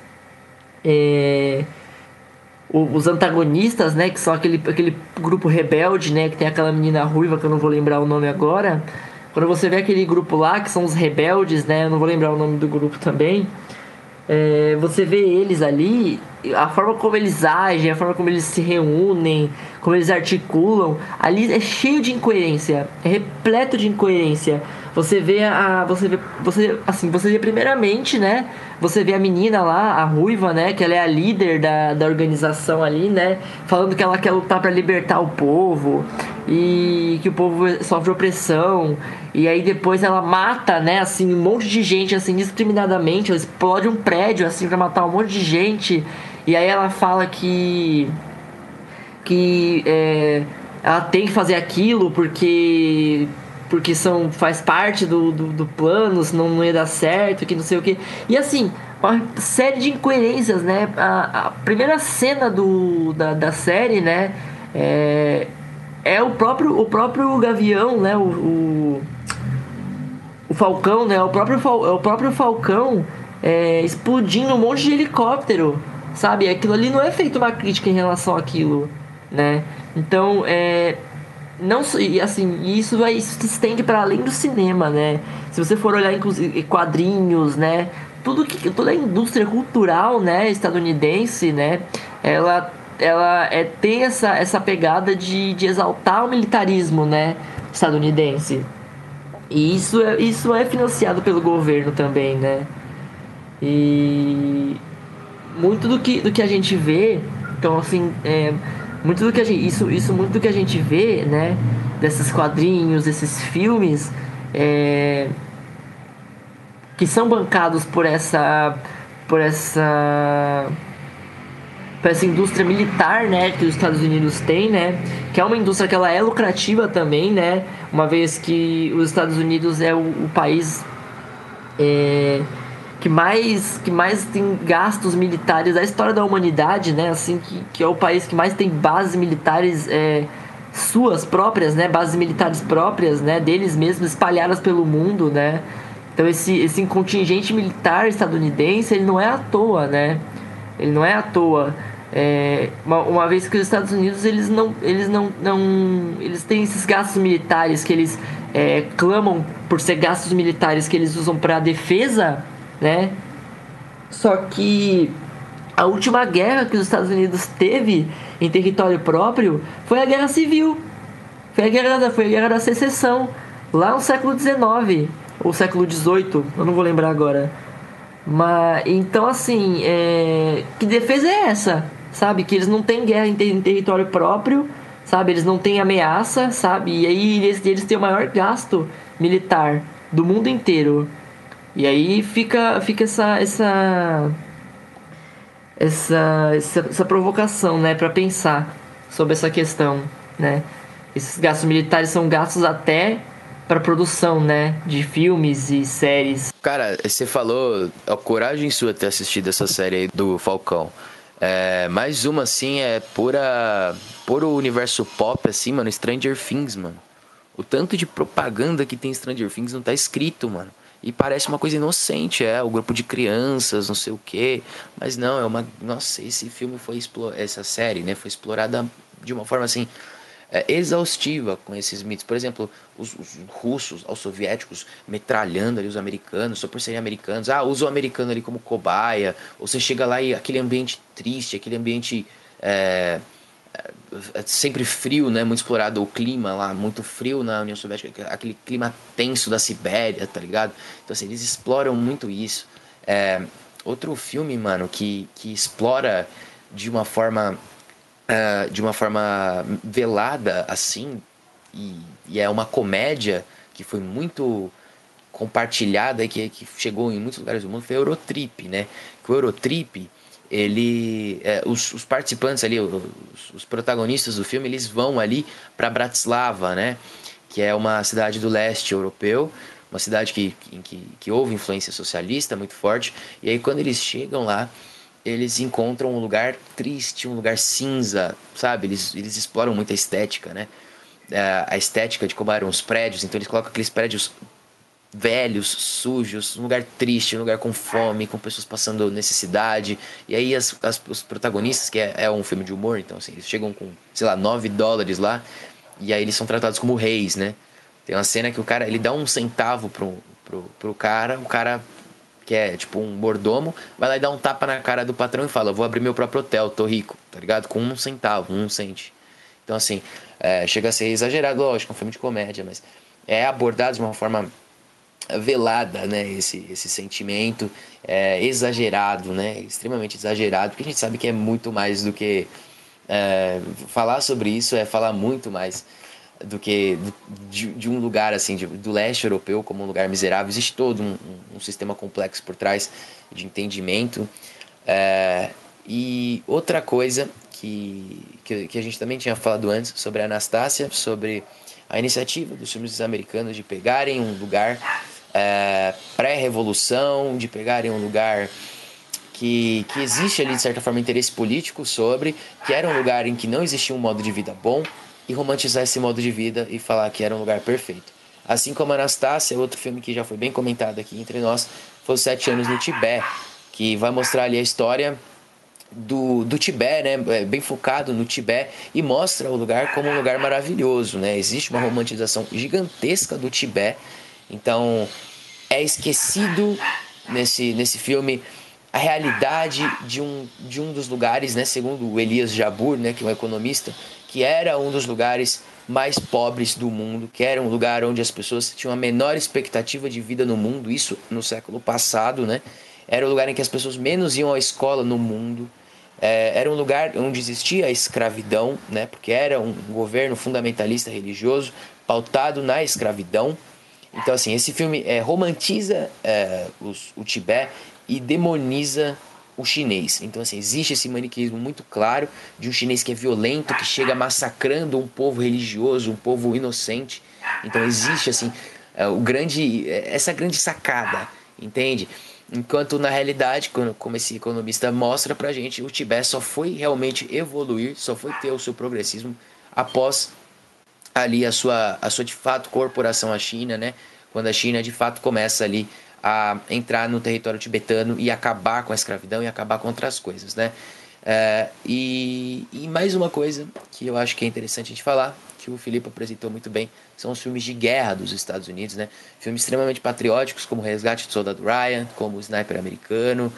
é, os antagonistas, né, que são aquele, aquele grupo rebelde, né, que tem aquela menina ruiva que eu não vou lembrar o nome agora. Quando você vê aquele grupo lá, que são os rebeldes, né, eu não vou lembrar o nome do grupo também. É, você vê eles ali, a forma como eles agem, a forma como eles se reúnem, como eles articulam, ali é cheio de incoerência, é repleto de incoerência. Você vê a, você vê, você, assim, você vê primeiramente, né? Você vê a menina lá, a ruiva, né? Que ela é a líder da, da organização ali, né? Falando que ela quer lutar para libertar o povo e que o povo sofre opressão. E aí depois ela mata, né? Assim, um monte de gente, assim, indiscriminadamente. Ela explode um prédio, assim, para matar um monte de gente. E aí ela fala que que é, ela tem que fazer aquilo porque porque são, faz parte do, do, do plano, senão não ia dar certo, que não sei o que. E assim, uma série de incoerências, né? A, a primeira cena do, da, da série, né? É, é o próprio, o próprio Gavião, né? O, o, o Falcão, né? O próprio, é o próprio Falcão é, explodindo um monte de helicóptero, sabe? Aquilo ali não é feito uma crítica em relação àquilo, né? Então, é... não e assim, isso aí se estende para além do cinema, né? Se você for olhar inclusive quadrinhos, né? Tudo que toda a indústria cultural, né, estadunidense, né, ela ela é, tem essa, essa pegada de, de exaltar o militarismo, né, estadunidense. E isso é, isso é financiado pelo governo também, né? E muito do que, do que a gente vê, então assim, é, muito do que a gente, isso, isso muito do que a gente vê, né, desses quadrinhos, desses filmes, é, que são bancados por essa, por essa, por essa indústria militar, né, que os Estados Unidos têm, né, que é uma indústria que ela é lucrativa também, né, uma vez que os Estados Unidos é o, o país é, que mais que mais tem gastos militares da história da humanidade, né? Assim que, que é o país que mais tem bases militares é, suas próprias, né? Bases militares próprias, né? Deles mesmos espalhadas pelo mundo, né? Então esse esse contingente militar estadunidense ele não é à toa, né? Ele não é à toa. É, uma, uma vez que os Estados Unidos eles não eles não, não eles têm esses gastos militares que eles é, clamam por ser gastos militares que eles usam para defesa, né? Só que a última guerra que os Estados Unidos teve em território próprio foi a Guerra Civil. Foi a guerra da, foi a guerra da Secessão, lá no século dezenove ou século dezoito, eu não vou lembrar agora. Mas então assim, é, que defesa é essa? Sabe? Que eles não têm guerra em, ter, em território próprio, sabe? Eles não têm ameaça, sabe? E aí eles, eles têm o maior gasto militar do mundo inteiro. E aí fica, fica essa, essa, essa, essa, essa provocação, né, para pensar sobre essa questão, né? Esses gastos militares são gastos até para produção, né, de filmes e séries. Cara, você falou, a coragem sua ter assistido essa série aí do Falcão. É, mais uma, assim, é pura, puro universo pop, assim, mano, Stranger Things, mano. O tanto de propaganda que tem Stranger Things não tá escrito, mano. E parece uma coisa inocente, é, o grupo de crianças, não sei o quê. Mas não, é uma... Nossa, esse filme foi explorado, essa série, né, foi explorada de uma forma, assim, é, exaustiva com esses mitos. Por exemplo, os, os russos, os soviéticos metralhando ali os americanos, só por serem americanos. Ah, usa o americano ali como cobaia. Ou você chega lá e aquele ambiente triste, aquele ambiente... É, é sempre frio, né? Muito explorado o clima lá, muito frio na União Soviética, aquele clima tenso da Sibéria, tá ligado? Então, assim, eles exploram muito isso. É, outro filme, mano, que, que explora de uma forma uh, de uma forma velada, assim, e, e é uma comédia que foi muito compartilhada e que, que chegou em muitos lugares do mundo, foi o Eurotrip, né? Que o Eurotrip, ele é, os, os participantes ali, os, os protagonistas do filme, eles vão ali para Bratislava, né, que é uma cidade do leste europeu, uma cidade que, em que, que houve influência socialista muito forte. E aí quando eles chegam lá, eles encontram um lugar triste, um lugar cinza, sabe? Eles, eles exploram muito a estética, né, a estética de como eram os prédios. Então eles colocam aqueles prédios velhos, sujos, um lugar triste, um lugar com fome, com pessoas passando necessidade. E aí as, as, os protagonistas, que é, é um filme de humor, então assim, eles chegam com, sei lá, nove dólares lá, e aí eles são tratados como reis, né? Tem uma cena que o cara, ele dá um centavo pro, pro, pro cara, o cara, que é tipo um mordomo, vai lá e dá um tapa na cara do patrão e fala: vou abrir meu próprio hotel, tô rico, tá ligado? Com um centavo, um cente. Então assim, é, chega a ser exagerado, lógico, é um filme de comédia, mas é abordado de uma forma velada, né, esse, esse sentimento é, exagerado, né, extremamente exagerado, porque a gente sabe que é muito mais do que é, falar sobre isso, é falar muito mais do que de, de um lugar assim, de, do leste europeu como um lugar miserável. Existe todo um, um, um sistema complexo por trás de entendimento. É, e outra coisa que, que, que a gente também tinha falado antes sobre a Anastácia, sobre a iniciativa dos filmes americanos de pegarem um lugar É, pré-revolução, de pegarem um lugar que, que existe ali de certa forma interesse político sobre, que era um lugar em que não existia um modo de vida bom, e romantizar esse modo de vida e falar que era um lugar perfeito. Assim como Anastácia, outro filme que já foi bem comentado aqui entre nós, foi Os Sete Anos no Tibete, que vai mostrar ali a história do, do Tibete, né? Bem focado no Tibete, e mostra o lugar como um lugar maravilhoso, né? Existe uma romantização gigantesca do Tibete, então é esquecido nesse, nesse filme a realidade de um, de um dos lugares, né? Segundo o Elias Jabbour, né? Que é um economista, que era um dos lugares mais pobres do mundo, que era um lugar onde as pessoas tinham a menor expectativa de vida no mundo, isso no século passado, né? Era o lugar em que as pessoas menos iam à escola no mundo. É, era um lugar onde existia a escravidão, né? Porque era um governo fundamentalista religioso pautado na escravidão. Então, assim, esse filme é, romantiza é, os, o Tibete e demoniza o chinês. Então, assim, existe esse maniqueísmo muito claro de um chinês que é violento, que chega massacrando um povo religioso, um povo inocente. Então, existe, assim, é, o grande, essa grande sacada, entende? Enquanto, na realidade, como esse economista mostra pra gente, o Tibete só foi realmente evoluir, só foi ter o seu progressismo após ali a sua, a sua de fato corporação à China, né? Quando a China de fato começa ali a entrar no território tibetano e acabar com a escravidão e acabar com outras coisas, né? É, e, e mais uma coisa que eu acho que é interessante a gente falar, que o Filipe apresentou muito bem, são os filmes de guerra dos Estados Unidos, né? Filmes extremamente patrióticos, como Resgate do Soldado Ryan, como O Sniper Americano,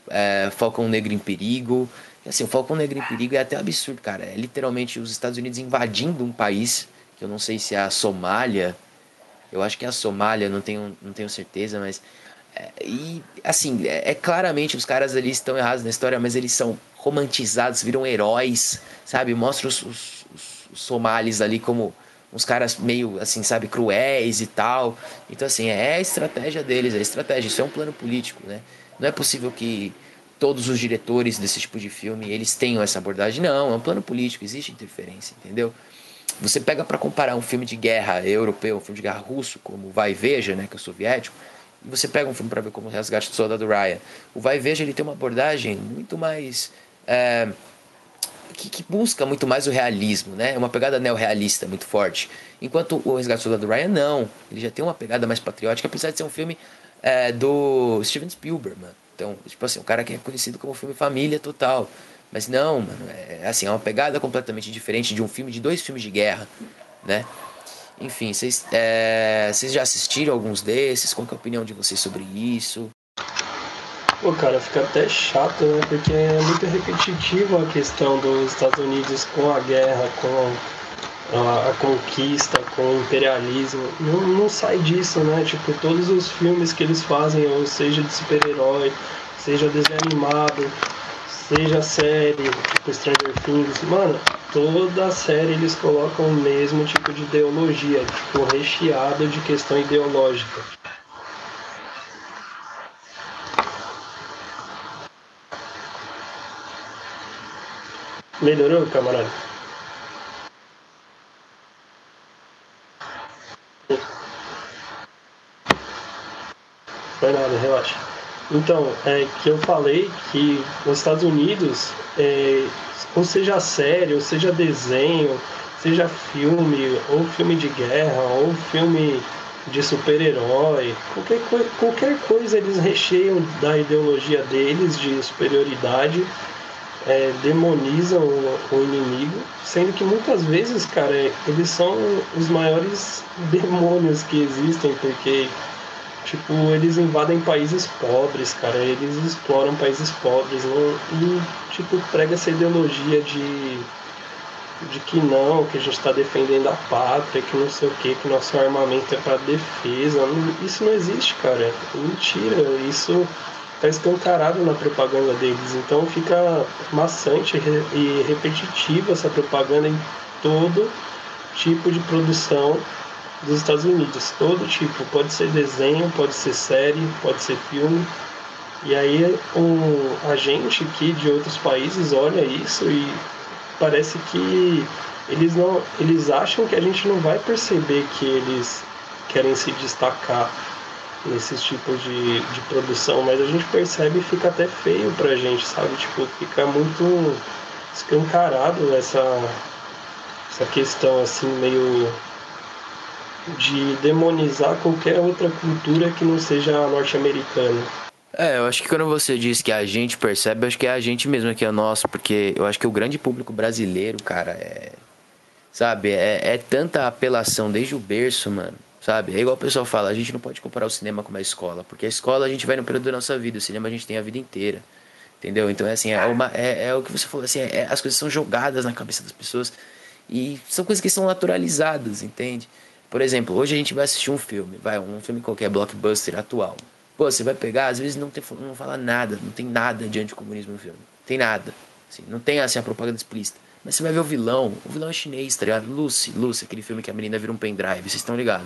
é, Falcão Negro em Perigo. E, assim, o Falcão Negro em Perigo é até absurdo, cara. É literalmente os Estados Unidos invadindo um país, que eu não sei se é a Somália, eu acho que é a Somália, não tenho, não tenho certeza, mas... É, e, assim, é, é claramente os caras ali estão errados na história, mas eles são romantizados, viram heróis, sabe? Mostra os, os, os, os somalis ali como uns caras meio, assim, sabe, cruéis e tal. Então, assim, é a estratégia deles, é a estratégia, isso é um plano político, né? Não é possível que todos os diretores desse tipo de filme, eles tenham essa abordagem, não, é um plano político, existe interferência, entendeu? Você pega para comparar um filme de guerra europeu, um filme de guerra russo, como Vai e Veja, né, que é o soviético, e você pega um filme para ver como o Resgate do Soldado Ryan. O Vai e Veja, ele tem uma abordagem muito mais... É, que, que busca muito mais o realismo, né? É uma pegada neorrealista muito forte. Enquanto o Resgate do Soldado Ryan, não. Ele já tem uma pegada mais patriótica, apesar de ser um filme é, do Steven Spielberg, mano. Então, tipo assim, um cara que é conhecido como filme família total. Mas não, mano, é assim, é uma pegada completamente diferente de um filme, de dois filmes de guerra, né? Enfim, vocês é, já assistiram alguns desses? Qual que é a opinião de vocês sobre isso? Pô, cara, fica até chato, né? Porque é muito repetitivo a questão dos Estados Unidos com a guerra, com a, a conquista, com o imperialismo. Não, não sai disso, né? Tipo, todos os filmes que eles fazem, ou seja de super-herói, seja desenho animado, seja série, tipo Stranger Things, mano, toda a série eles colocam o mesmo tipo de ideologia, tipo, recheado de questão ideológica. Melhorou, camarada? Foi nada, relaxa. Então, é que eu falei que os Estados Unidos, é, ou seja série, ou seja desenho, seja filme, ou filme de guerra, ou filme de super-herói, qualquer, qualquer coisa eles recheiam da ideologia deles de superioridade. É, demonizam o, o inimigo, sendo que muitas vezes, cara, eles são os maiores demônios que existem, porque, tipo, eles invadem países pobres, cara, eles exploram países pobres, não, e, tipo, prega essa ideologia de, de que não, que a gente está defendendo a pátria, que não sei o que, que nosso armamento é para defesa. Isso não existe, cara, é mentira, isso está escancarado na propaganda deles, então fica maçante e repetitiva essa propaganda em todo tipo de produção dos Estados Unidos, todo tipo, pode ser desenho, pode ser série, pode ser filme, e aí um, a gente aqui de outros países olha isso e parece que eles, não, eles acham que a gente não vai perceber que eles querem se destacar nesses tipos de, de produção, mas a gente percebe e fica até feio pra gente, sabe? Tipo, fica muito escancarado essa, essa questão, assim, meio de demonizar qualquer outra cultura que não seja norte-americana. É, eu acho que quando você diz que a gente percebe, eu acho que é a gente mesmo que é nosso, porque eu acho que o grande público brasileiro, cara, é... Sabe, é, é tanta apelação desde o berço, mano. Sabe, é igual o pessoal fala, a gente não pode comparar o cinema com uma escola, porque a escola a gente vai no período da nossa vida, o cinema a gente tem a vida inteira. Entendeu? Então é assim, é, uma, é, é o que você falou, assim, é, as coisas são jogadas na cabeça das pessoas e são coisas que são naturalizadas, entende? Por exemplo, hoje a gente vai assistir um filme, vai, um filme qualquer, blockbuster atual. Pô, você vai pegar, às vezes não, tem, não fala nada, não tem nada de anticomunismo no filme. Não tem nada. Assim, não tem assim a propaganda explícita. Mas você vai ver o vilão, o vilão é chinês, tá ligado? Lucy, Lucy, aquele filme que a menina vira um pendrive, vocês estão ligados?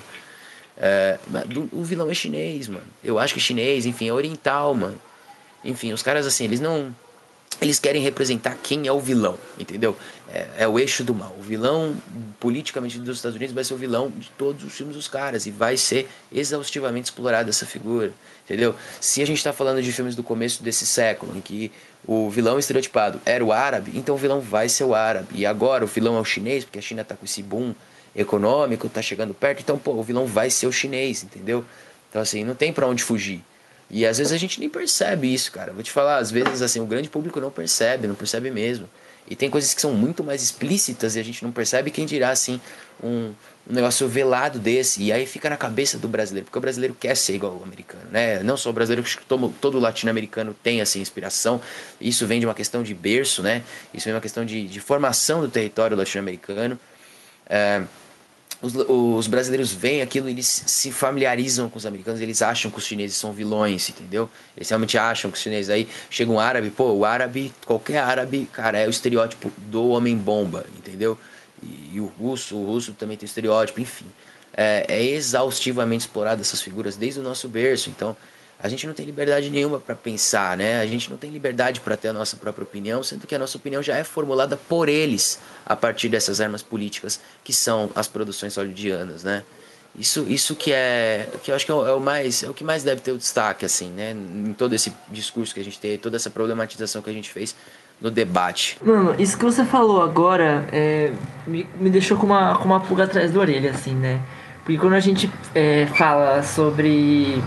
É, o vilão é chinês, mano. Eu acho que é chinês, enfim, é oriental, mano. Enfim, os caras assim, eles não... Eles querem representar quem é o vilão, entendeu? É, é o eixo do mal. O vilão, politicamente, dos Estados Unidos vai ser o vilão de todos os filmes dos caras. E vai ser exaustivamente explorada essa figura, entendeu? Se a gente tá falando de filmes do começo desse século, em que o vilão estereotipado era o árabe, então o vilão vai ser o árabe. E agora o vilão é o chinês, porque a China tá com esse boom econômico, tá chegando perto. Então, pô, o vilão vai ser o chinês, entendeu? Então, assim, não tem pra onde fugir. E às vezes a gente nem percebe isso, cara. Vou te falar, às vezes assim, o grande público não percebe, não percebe mesmo. E tem coisas que são muito mais explícitas e a gente não percebe, quem dirá assim, um, um negócio velado desse. E aí fica na cabeça do brasileiro, porque o brasileiro quer ser igual ao americano, né? Não só o brasileiro, que todo, todo latino-americano tem assim, inspiração. Isso vem de uma questão de berço, né? Isso vem de uma questão de, de formação do território latino-americano. É... Os, os brasileiros veem aquilo, eles se familiarizam com os americanos, eles acham que os chineses são vilões, entendeu? Eles realmente acham que os chineses... Aí chega um árabe, pô, o árabe, qualquer árabe, cara, é o estereótipo do homem-bomba, entendeu? E, e o russo, o russo também tem o estereótipo, enfim. É, é exaustivamente explorado essas figuras desde o nosso berço, então... A gente não tem liberdade nenhuma para pensar, né? A gente não tem liberdade para ter a nossa própria opinião, sendo que a nossa opinião já é formulada por eles a partir dessas armas políticas que são as produções hollywoodianas, né? Isso, isso que é, que eu acho que é o, é o mais, é o que mais deve ter o destaque, assim, né? Em todo esse discurso que a gente tem, toda essa problematização que a gente fez no debate. Mano, isso que você falou agora é, me, me deixou com uma, com uma pulga atrás da orelha, assim, né? Porque quando a gente é, fala sobre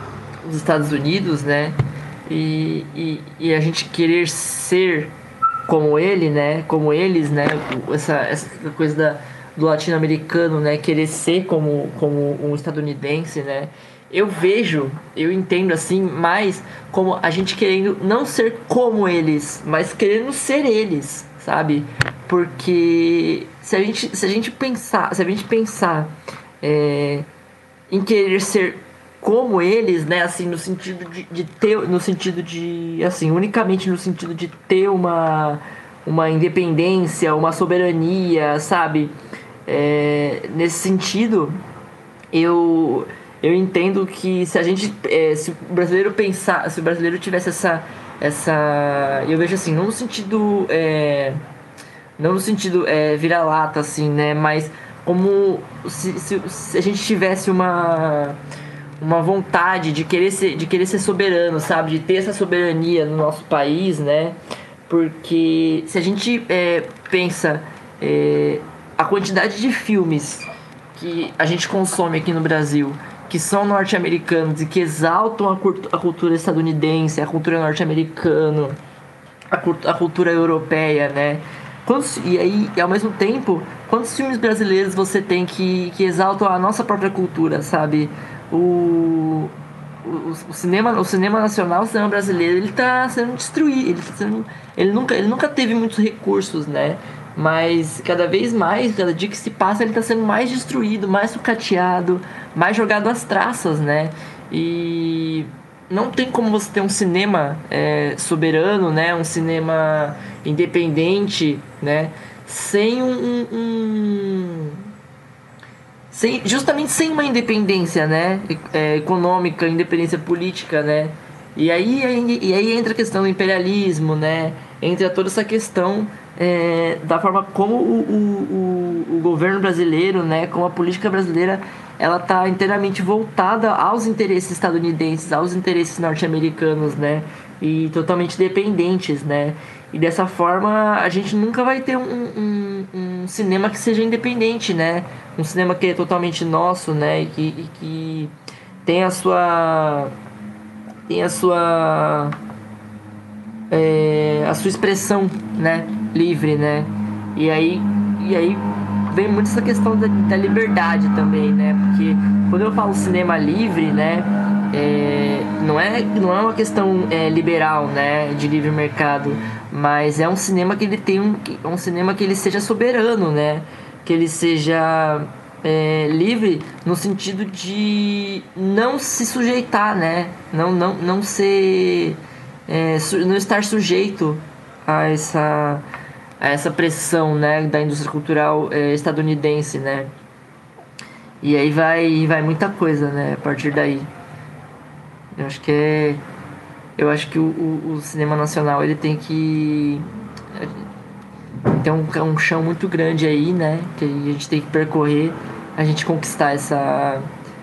os Estados Unidos, né? E, e, e a gente querer ser como ele, né? Como eles, né? Essa, essa coisa da, do latino-americano, né? Querer ser como, como um estadunidense, né? Eu vejo, eu entendo assim, mais como a gente querendo não ser como eles, mas querendo ser eles, sabe? Porque se a gente, se a gente pensar, se a gente pensar é, em querer ser como eles, né, assim, no sentido de, de ter, no sentido de, assim, unicamente no sentido de ter uma, uma independência, uma soberania, sabe? É, nesse sentido, eu, eu entendo que se a gente, é, se o brasileiro pensar, se o brasileiro tivesse essa, essa, eu vejo assim, não no sentido, é, não no sentido é, vira-lata, assim, né, mas como se, se, se a gente tivesse uma uma vontade de querer ser, de querer ser soberano, sabe? De ter essa soberania no nosso país, né? Porque se a gente é, pensa é, a quantidade de filmes que a gente consome aqui no Brasil, que são norte-americanos e que exaltam a, cult- a cultura estadunidense, a cultura norte-americana, a, cult- a cultura europeia, né? Quantos, e aí, ao mesmo tempo, quantos filmes brasileiros você tem que, que exaltam a nossa própria cultura, sabe? O, o, o cinema o cinema nacional, o cinema brasileiro, ele tá sendo destruído, ele, tá sendo, ele, nunca, ele nunca teve muitos recursos, né? Mas cada vez mais, cada dia que se passa, ele tá sendo mais destruído, mais sucateado, mais jogado às traças, né? E não tem como você ter um cinema é, soberano, né? Um cinema independente, né? Sem um, um, um sem, justamente sem uma independência, né, é, econômica, independência política, né, e aí, aí, e aí entra a questão do imperialismo, né, entra toda essa questão é, da forma como o, o, o, o governo brasileiro, né, como a política brasileira, ela está inteiramente voltada aos interesses estadunidenses, aos interesses norte-americanos, né, e totalmente dependentes, né, e dessa forma a gente nunca vai ter um, um, um cinema que seja independente, né, um cinema que é totalmente nosso, né, e que, e que tem a sua tem a sua é, a sua expressão, né, livre, né? E aí e aí vem muito essa questão da, da liberdade também, né? Porque quando eu falo cinema livre, né, é, não é não é uma questão é, liberal, né, de livre mercado, mas é um cinema que ele tem um, é um cinema que ele seja soberano, né? Que ele seja é, livre no sentido de não se sujeitar, né? Não, não, não ser. É, su, não estar sujeito a essa, a essa pressão, né, da indústria cultural é, estadunidense, né? E aí vai, vai muita coisa, né? A partir daí. Eu acho que é. Eu acho que o, o, o cinema nacional ele tem que. Tem um, um chão muito grande aí, né? Que a gente tem que percorrer, a gente conquistar essa.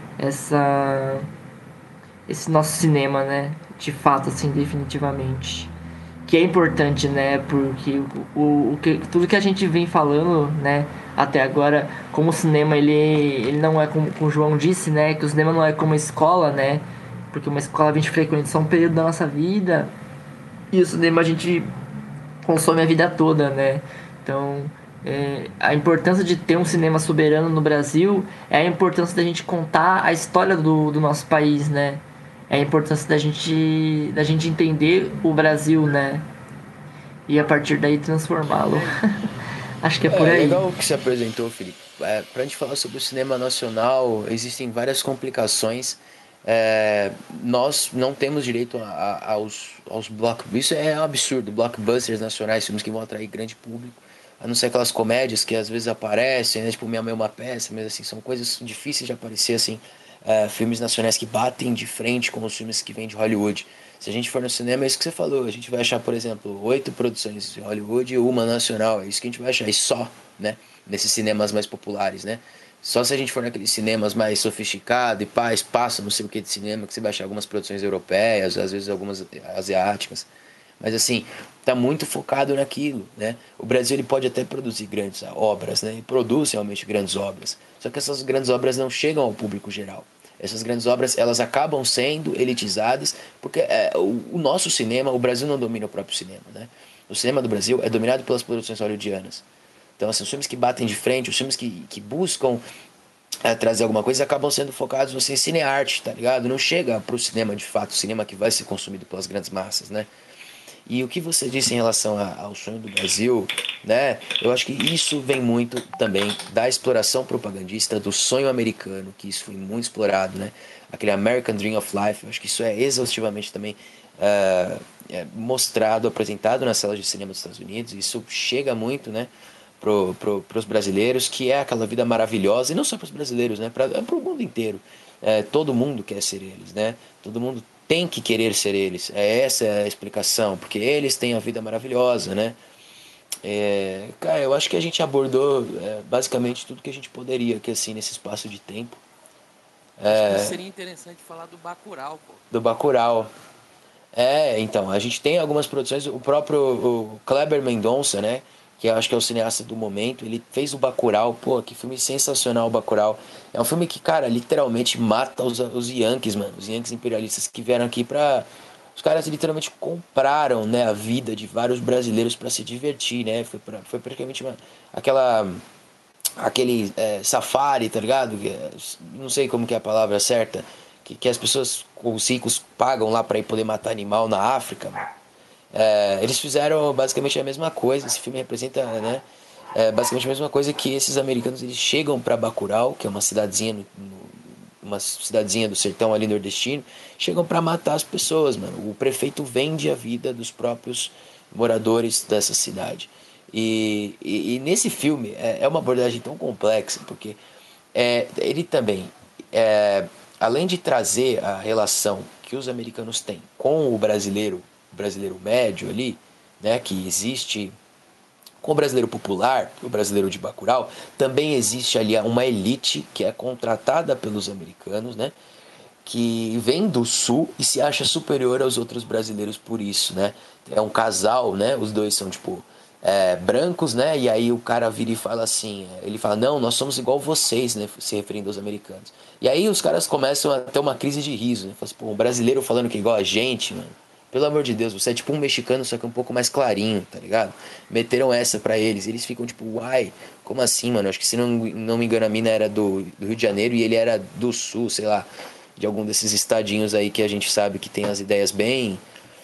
Essa. Esse nosso cinema, né? De fato, assim, definitivamente. Que é importante, né? Porque o, o, o que, tudo que a gente vem falando, né? Até agora, como o cinema, ele, ele não é como, como o João disse, né? Que o cinema não é como uma escola, né? Porque uma escola a gente frequenta só um período da nossa vida. E o cinema a gente consome a vida toda, né? Então, é, a importância de ter um cinema soberano no Brasil é a importância da gente contar a história do, do nosso país, né? É a importância da gente, da gente entender o Brasil, né? E a partir daí transformá-lo. Acho que é por É aí. legal o que você apresentou, Felipe. É, pra gente falar sobre o cinema nacional, existem várias complicações. É, nós não temos direito a, a, aos, aos blockbusters. Isso é um absurdo. Blockbusters nacionais, filmes que vão atrair grande público. A não ser aquelas comédias que às vezes aparecem, né? Tipo Minha Mãe é uma Peça, mas assim, são coisas difíceis de aparecer, assim. É, filmes nacionais que batem de frente com os filmes que vêm de Hollywood. Se a gente for no cinema, é isso que você falou. A gente vai achar, por exemplo, oito produções de Hollywood e uma nacional. É isso que a gente vai achar. E só, né? Nesses cinemas mais populares, né? Só se a gente for naqueles cinemas mais sofisticados e pá, espaço, não sei o que de cinema, que você vai achar algumas produções europeias, às vezes algumas asiáticas. Mas assim, tá muito focado naquilo, né? O Brasil ele pode até produzir grandes obras, né? E produz realmente grandes obras. Só que essas grandes obras não chegam ao público geral. Essas grandes obras, elas acabam sendo elitizadas, porque é, o, o nosso cinema, o Brasil não domina o próprio cinema, né? O cinema do Brasil é dominado pelas produções hollywoodianas. Então, assim, os filmes que batem de frente, os filmes que, que buscam é, trazer alguma coisa, acabam sendo focados assim, em cinearte, tá ligado? Não chega pro cinema de fato, o cinema que vai ser consumido pelas grandes massas, né? E o que você disse em relação a, ao sonho do Brasil, né? Eu acho que isso vem muito também da exploração propagandista do sonho americano, que isso foi muito explorado, né? Aquele American Dream of Life, eu acho que isso é exaustivamente também uh, é mostrado, apresentado nas salas de cinema dos Estados Unidos. Isso chega muito, né? Pro, pro, pros brasileiros, que é aquela vida maravilhosa, e não só para os brasileiros, né? Para o mundo inteiro. É, todo mundo quer ser eles, né? Todo mundo tem que querer ser eles. É essa a explicação, porque eles têm a vida maravilhosa, né? É, cara, eu acho que a gente abordou é, basicamente tudo que a gente poderia aqui, assim, nesse espaço de tempo. É... Acho que seria interessante falar do Bacurau, pô. Do Bacurau. É, então, a gente tem algumas produções, o próprio o Kleber Mendonça, né? Que eu acho que é o cineasta do momento, ele fez o Bacurau, pô, que filme sensacional o Bacurau. É um filme que, cara, literalmente mata os, os Yankees, mano, os Yankees imperialistas que vieram aqui pra... Os caras literalmente compraram, né, a vida de vários brasileiros pra se divertir, né, foi, pra, foi praticamente uma, aquela... aquele é, safari, tá ligado? Não sei como que é a palavra certa, que, que as pessoas, os ricos, pagam lá pra ir poder matar animal na África, mano. É, eles fizeram basicamente a mesma coisa. Esse filme representa, né, é, basicamente a mesma coisa que esses americanos. Eles chegam para Bacurau, que é uma cidadezinha no, no, uma cidadezinha do sertão ali nordestino, chegam para matar as pessoas, mano. O prefeito vende a vida dos próprios moradores dessa cidade. E, e, e nesse filme é, é uma abordagem tão complexa, porque é, ele também, é, além de trazer a relação que os americanos têm com o brasileiro, brasileiro médio ali, né, que existe com o brasileiro popular, o brasileiro de Bacurau, também existe ali uma elite que é contratada pelos americanos, né, que vem do sul e se acha superior aos outros brasileiros por isso, né? É um casal, né? Os dois são tipo é, brancos, né? E aí o cara vira e fala assim, ele fala, não, nós somos igual vocês, né? Se referindo aos americanos. E aí os caras começam a ter uma crise de riso, né? Fala assim, pô, um brasileiro falando que é igual a gente, mano. Pelo amor de Deus, você é tipo um mexicano, só que um pouco mais clarinho, tá ligado? Meteram essa pra eles, eles ficam tipo, uai, como assim, mano? Acho que se não, não me engano a mina era do, do Rio de Janeiro e ele era do Sul, sei lá, de algum desses estadinhos aí que a gente sabe que tem as ideias bem,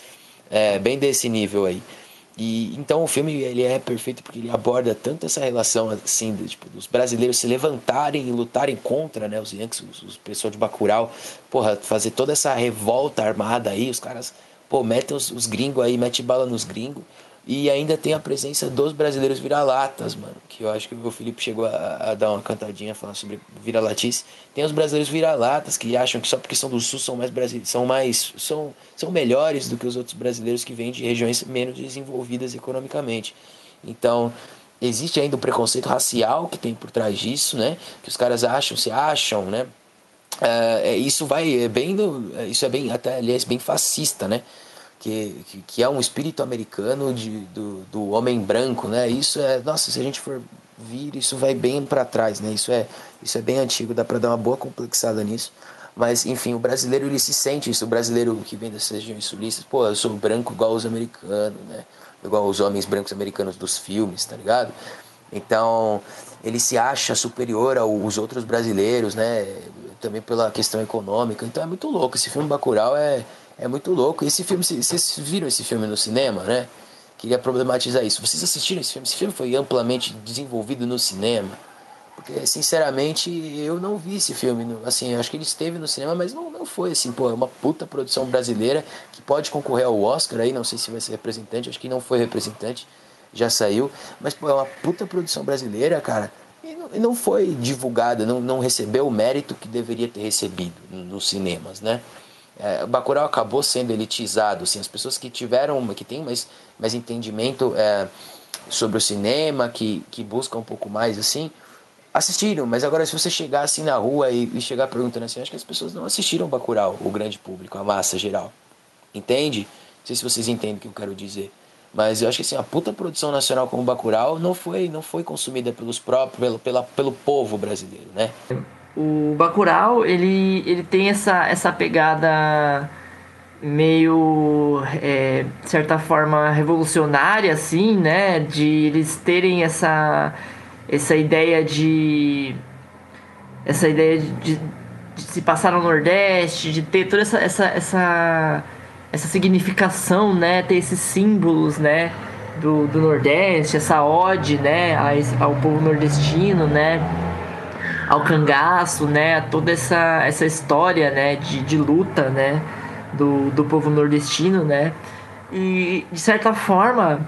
é, bem desse nível aí. E então o filme ele é perfeito porque ele aborda tanto essa relação assim de, tipo, dos brasileiros se levantarem e lutarem contra, né, os Yankees, os, os pessoal de Bacurau, porra, fazer toda essa revolta armada aí, os caras, pô, metem os, os gringos aí, mete bala nos gringos. E ainda tem a presença dos brasileiros vira-latas, mano. Que eu acho que o Felipe chegou a, a dar uma cantadinha falando sobre vira-latice. Tem os brasileiros vira-latas que acham que só porque são do Sul são mais brasile... são mais são, são melhores do que os outros brasileiros que vêm de regiões menos desenvolvidas economicamente. Então, existe ainda um preconceito racial que tem por trás disso, né? Que os caras acham, se acham, né? É, isso vai é bem do, isso é bem até aliás bem fascista, né? Que, que, que é um espírito americano de, do, do homem branco, né? Isso é, nossa, se a gente for vir, isso vai bem para trás, né? Isso é, isso é bem antigo, dá para dar uma boa complexada nisso. Mas, enfim, o brasileiro, ele se sente isso. O brasileiro que vem dessas regiões sulistas, pô, eu sou branco igual os americanos, né? Igual os homens brancos americanos dos filmes, tá ligado? Então, ele se acha superior aos outros brasileiros, né? Também pela questão econômica. Então, é muito louco. Esse filme Bacurau é... É muito louco. Esse filme, vocês viram esse filme no cinema, né? Queria problematizar isso. Vocês assistiram esse filme? Esse filme foi amplamente desenvolvido no cinema. Porque, sinceramente, eu não vi esse filme. Assim, eu acho que ele esteve no cinema, mas não, não foi assim, pô, é uma puta produção brasileira que pode concorrer ao Oscar aí, não sei se vai ser representante, acho que não foi representante, já saiu. Mas, pô, é uma puta produção brasileira, cara. E não, e não foi divulgada, não, não recebeu o mérito que deveria ter recebido nos cinemas, né? É, o Bacurau acabou sendo elitizado, assim, as pessoas que tiveram, que têm mais, mais entendimento é, sobre o cinema, que, que buscam um pouco mais, assim, assistiram. Mas agora, se você chegar assim na rua e, e chegar perguntando assim, acho que as pessoas não assistiram Bacurau, o grande público, a massa geral, entende? Não sei se vocês entendem o que eu quero dizer, mas eu acho que assim, a puta produção nacional como Bacurau não foi, não foi consumida pelos próprios, pelo, pela, pelo povo brasileiro, né? O Bacurau, ele, ele tem essa, essa pegada meio, é, de certa forma, revolucionária, assim, né? De eles terem essa, essa ideia de... Essa ideia de, de, de se passar no Nordeste, de ter toda essa, essa, essa, essa significação, né? Ter esses símbolos, né? Do, do Nordeste, essa ode, né? A esse, ao povo nordestino, né? Ao cangaço, né, toda essa, essa história, né, de, de luta, né, do, do povo nordestino, né, e de certa forma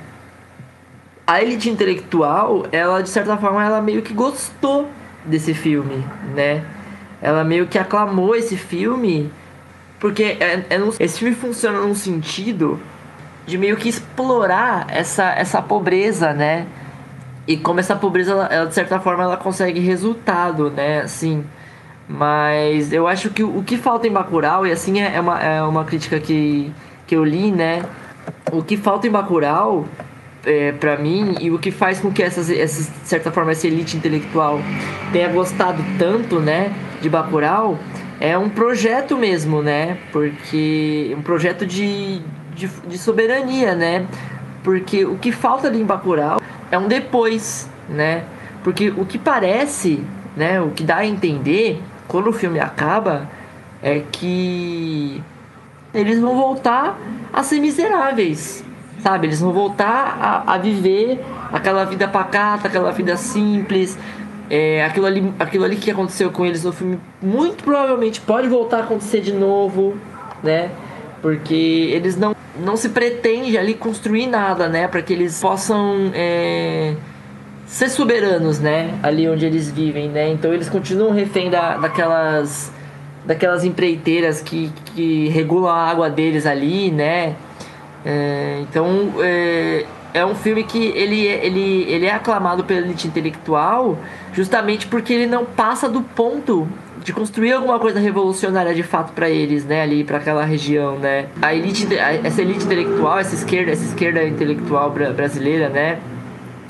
a elite intelectual, ela de certa forma ela meio que gostou desse filme, né, ela meio que aclamou esse filme porque é, é, esse filme funciona num sentido de meio que explorar essa, essa pobreza, né. E como essa pobreza, ela, ela, de certa forma, ela consegue resultado, né, assim. Mas eu acho que o, o que falta em Bacurau, e assim é, é, uma, é uma crítica que, que eu li, né, o que falta em Bacurau, é, pra mim, e o que faz com que essas, essas, de certa forma, essa elite intelectual tenha gostado tanto, né, de Bacurau, é um projeto mesmo, né, porque um projeto de, de, de soberania, né, porque o que falta ali em Bacurau é um depois, né? Porque o que parece, né? O que dá a entender quando o filme acaba é que eles vão voltar a ser miseráveis, sabe? Eles vão voltar a, a viver aquela vida pacata, aquela vida simples. É, aquilo ali, aquilo ali que aconteceu com eles no filme muito provavelmente pode voltar a acontecer de novo, né? Porque eles não, não se pretende ali construir nada, né? Para que eles possam é, ser soberanos, né? Ali onde eles vivem, né? Então eles continuam refém da, daquelas, daquelas empreiteiras que, que regulam a água deles ali, né? É, então é, é um filme que ele, ele, ele é aclamado pela elite intelectual justamente porque ele não passa do ponto de construir alguma coisa revolucionária de fato para eles, né, ali para aquela região, né. A elite, essa elite intelectual, essa esquerda, essa esquerda intelectual brasileira, né,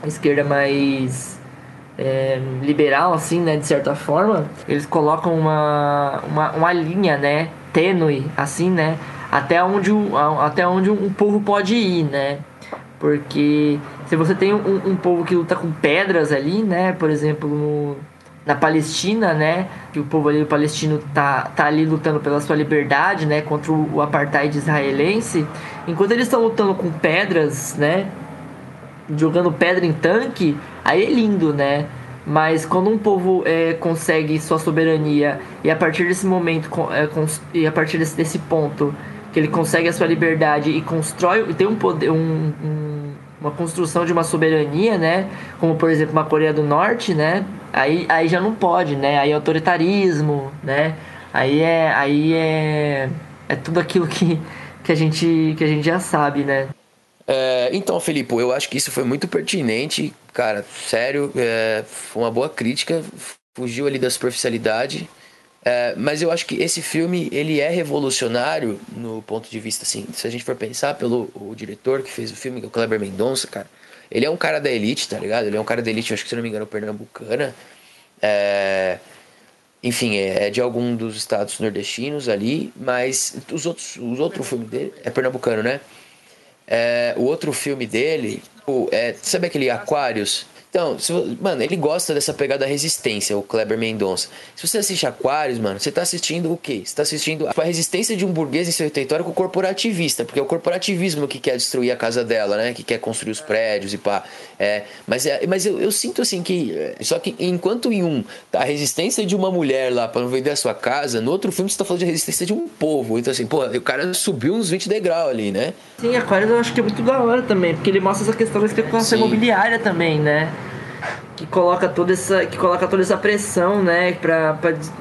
a esquerda mais é, liberal, assim, né, de certa forma, eles colocam uma, uma, uma linha, né, tênue, assim, né, até onde, o, até onde um povo pode ir, né, porque se você tem um, um povo que luta com pedras ali, né, por exemplo, no, na Palestina, né, que o povo ali, o palestino tá, tá ali lutando pela sua liberdade, né, contra o, o apartheid israelense, enquanto eles estão lutando com pedras, né, jogando pedra em tanque, aí é lindo, né? Mas quando um povo é, consegue sua soberania e a partir desse momento é, e a partir desse, desse ponto que ele consegue a sua liberdade e constrói e tem um poder, um, um, uma construção de uma soberania, né? Como por exemplo uma Coreia do Norte, né? Aí, aí já não pode, né? Aí é autoritarismo, né? Aí é aí é é tudo aquilo que, que a gente que a gente já sabe, né? É, então, Felipe, eu acho que isso foi muito pertinente, cara, sério, é, foi uma boa crítica, fugiu ali da superficialidade, é, mas eu acho que esse filme, ele é revolucionário no ponto de vista, assim, se a gente for pensar pelo o diretor que fez o filme, que é o Kleber Mendonça, cara, ele é um cara da elite, tá ligado? Ele é um cara da elite, acho que se não me engano, pernambucana, é... Enfim, é de algum dos estados nordestinos ali, mas os outros, os outros filmes dele é pernambucano, né? É, o outro filme dele, pô, é, sabe aquele Aquarius? Então, se, mano, ele gosta dessa pegada resistência, o Kleber Mendonça. Se você assiste Aquarius, mano, você tá assistindo o quê? Você tá assistindo a resistência de um burguês em seu território com o corporativista, porque é o corporativismo que quer destruir a casa dela, né? Que quer construir os prédios e pá. É, mas é, mas eu, eu sinto assim que. Só que enquanto em um tá a resistência de uma mulher lá pra não vender a sua casa, no outro filme você tá falando de resistência de um povo. Então, assim, pô, o cara subiu uns vinte degraus ali, né? Sim, Aquarius eu acho que é muito da hora também, porque ele mostra essa questão da especulação Sim. imobiliária também, né? Que coloca toda essa, que coloca toda essa pressão, né, pra, pra de,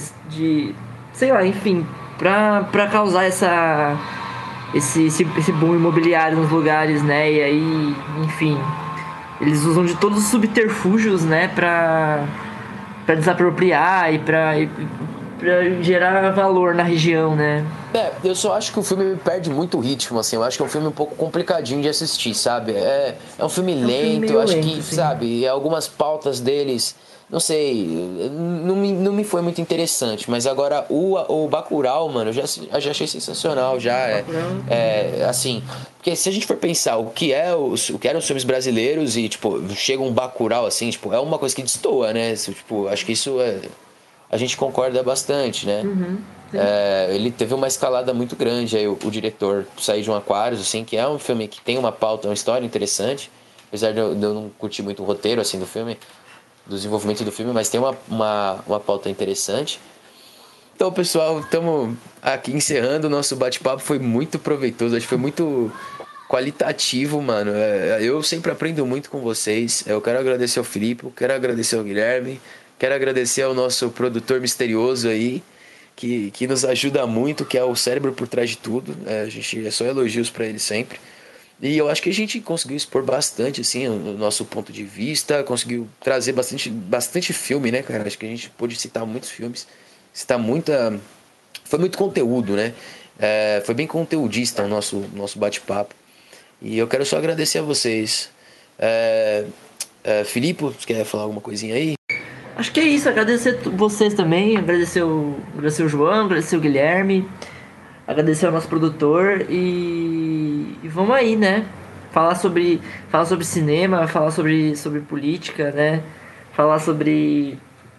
de, sei lá, enfim, pra, pra causar essa, esse, esse, esse boom imobiliário nos lugares, né, e aí, enfim, eles usam de todos os subterfúgios, né, pra, pra desapropriar e pra, e pra gerar valor na região, né. É, eu só acho que o filme perde muito ritmo, assim. Eu acho que é um filme um pouco complicadinho de assistir, sabe? É, é um filme É um filme lento, meio eu acho lento, que, sim. sabe, algumas pautas deles, não sei, não me, não me foi muito interessante. Mas agora o, o Bacurau, mano, eu já, eu já achei sensacional, já. É, é, assim, porque se a gente for pensar o que, é os, o que eram os filmes brasileiros e, tipo, chega um Bacurau, assim, tipo, é uma coisa que destoa, né? Tipo, acho que isso é, a gente concorda bastante, né? Uhum, É, ele teve uma escalada muito grande aí, o, o diretor sair de um Aquarius, assim, que é um filme que tem uma pauta, uma história interessante, apesar de eu, de eu não curtir muito o roteiro assim do filme, do desenvolvimento do filme, mas tem uma, uma, uma pauta interessante. Então, pessoal, estamos aqui encerrando o nosso bate-papo, foi muito proveitoso, acho que foi muito qualitativo, mano. É, eu sempre aprendo muito com vocês. Eu quero agradecer ao Felipe, quero agradecer ao Guilherme, quero agradecer ao nosso produtor misterioso aí, que, que nos ajuda muito, que é o cérebro por trás de tudo. É, a gente é só elogios para ele sempre. E eu acho que a gente conseguiu expor bastante assim o nosso ponto de vista, conseguiu trazer bastante, bastante filme, né, cara? Acho que a gente pôde citar muitos filmes, citar muita, foi muito conteúdo, né? É, foi bem conteudista o nosso nosso bate-papo. E eu quero só agradecer a vocês. É, é, Filipe, você quer falar alguma coisinha aí? Acho que é isso, agradecer vocês também, agradecer o, agradecer o João, agradecer o Guilherme, agradecer ao nosso produtor e, e vamos aí, né? Falar sobre, falar sobre cinema, falar sobre, sobre política, né? Falar sobre,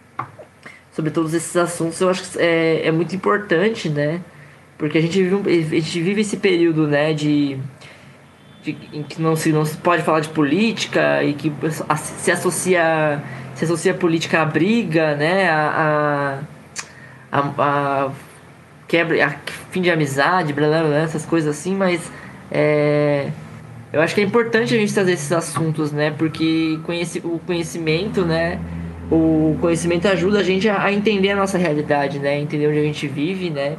sobre todos esses assuntos, eu acho que é, é muito importante, né? Porque a gente vive, um, a gente vive esse período, né, de, de, em que não se, não se pode falar de política e que se associa, se associa a política à briga, né, a, a, a, a quebra, a fim de amizade, blá, blá, blá, essas coisas assim, mas é, eu acho que é importante a gente trazer esses assuntos, né, porque conheci, o conhecimento, né, o conhecimento ajuda a gente a, a entender a nossa realidade, né, entender onde a gente vive, né,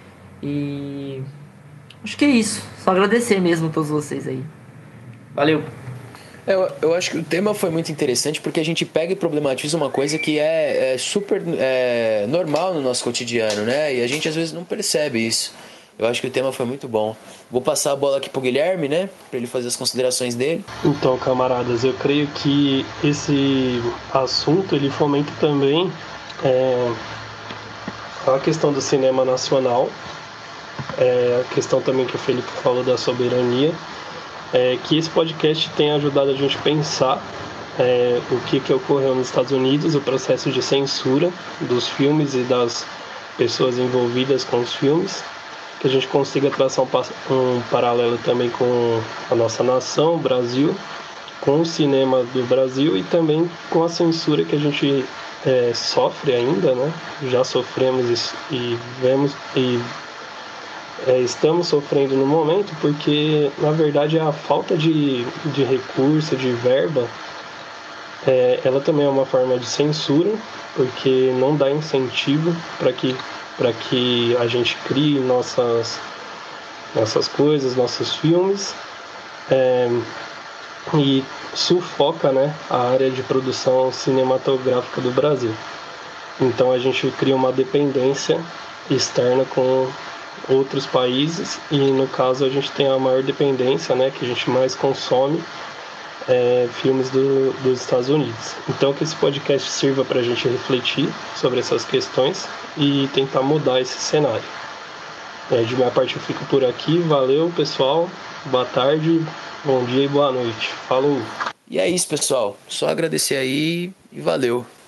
e acho que é isso. Só agradecer mesmo a todos vocês aí. Valeu. Eu, eu acho que o tema foi muito interessante porque a gente pega e problematiza uma coisa que é, é super é, normal no nosso cotidiano, né? E a gente às vezes não percebe isso. Eu acho que o tema foi muito bom. Vou passar a bola aqui pro Guilherme, né? Para ele fazer as considerações dele. Então, camaradas, eu creio que esse assunto ele fomenta também é, a questão do cinema nacional, é, a questão também que o Felipe falou da soberania, é, que esse podcast tem ajudado a gente a pensar é, o que, que ocorreu nos Estados Unidos, o processo de censura dos filmes e das pessoas envolvidas com os filmes, que a gente consiga traçar um, um paralelo também com a nossa nação, o Brasil, com o cinema do Brasil e também com a censura que a gente é, sofre ainda, né? Já sofremos e, e vemos e é, estamos sofrendo no momento, porque na verdade a falta de, de recurso, de verba, é, ela também é uma forma de censura, porque não dá incentivo para que para que a gente crie nossas, nossas coisas, nossos filmes, é, e sufoca, né, a área de produção cinematográfica do Brasil. Então a gente cria uma dependência externa com outros países e no caso a gente tem a maior dependência, né, que a gente mais consome É, filmes do, dos Estados Unidos. Então que esse podcast sirva para a gente refletir sobre essas questões e tentar mudar esse cenário. É, de minha parte eu fico por aqui. Valeu, pessoal. Boa tarde, bom dia e boa noite. Falou! E é isso, pessoal. Só agradecer aí e valeu.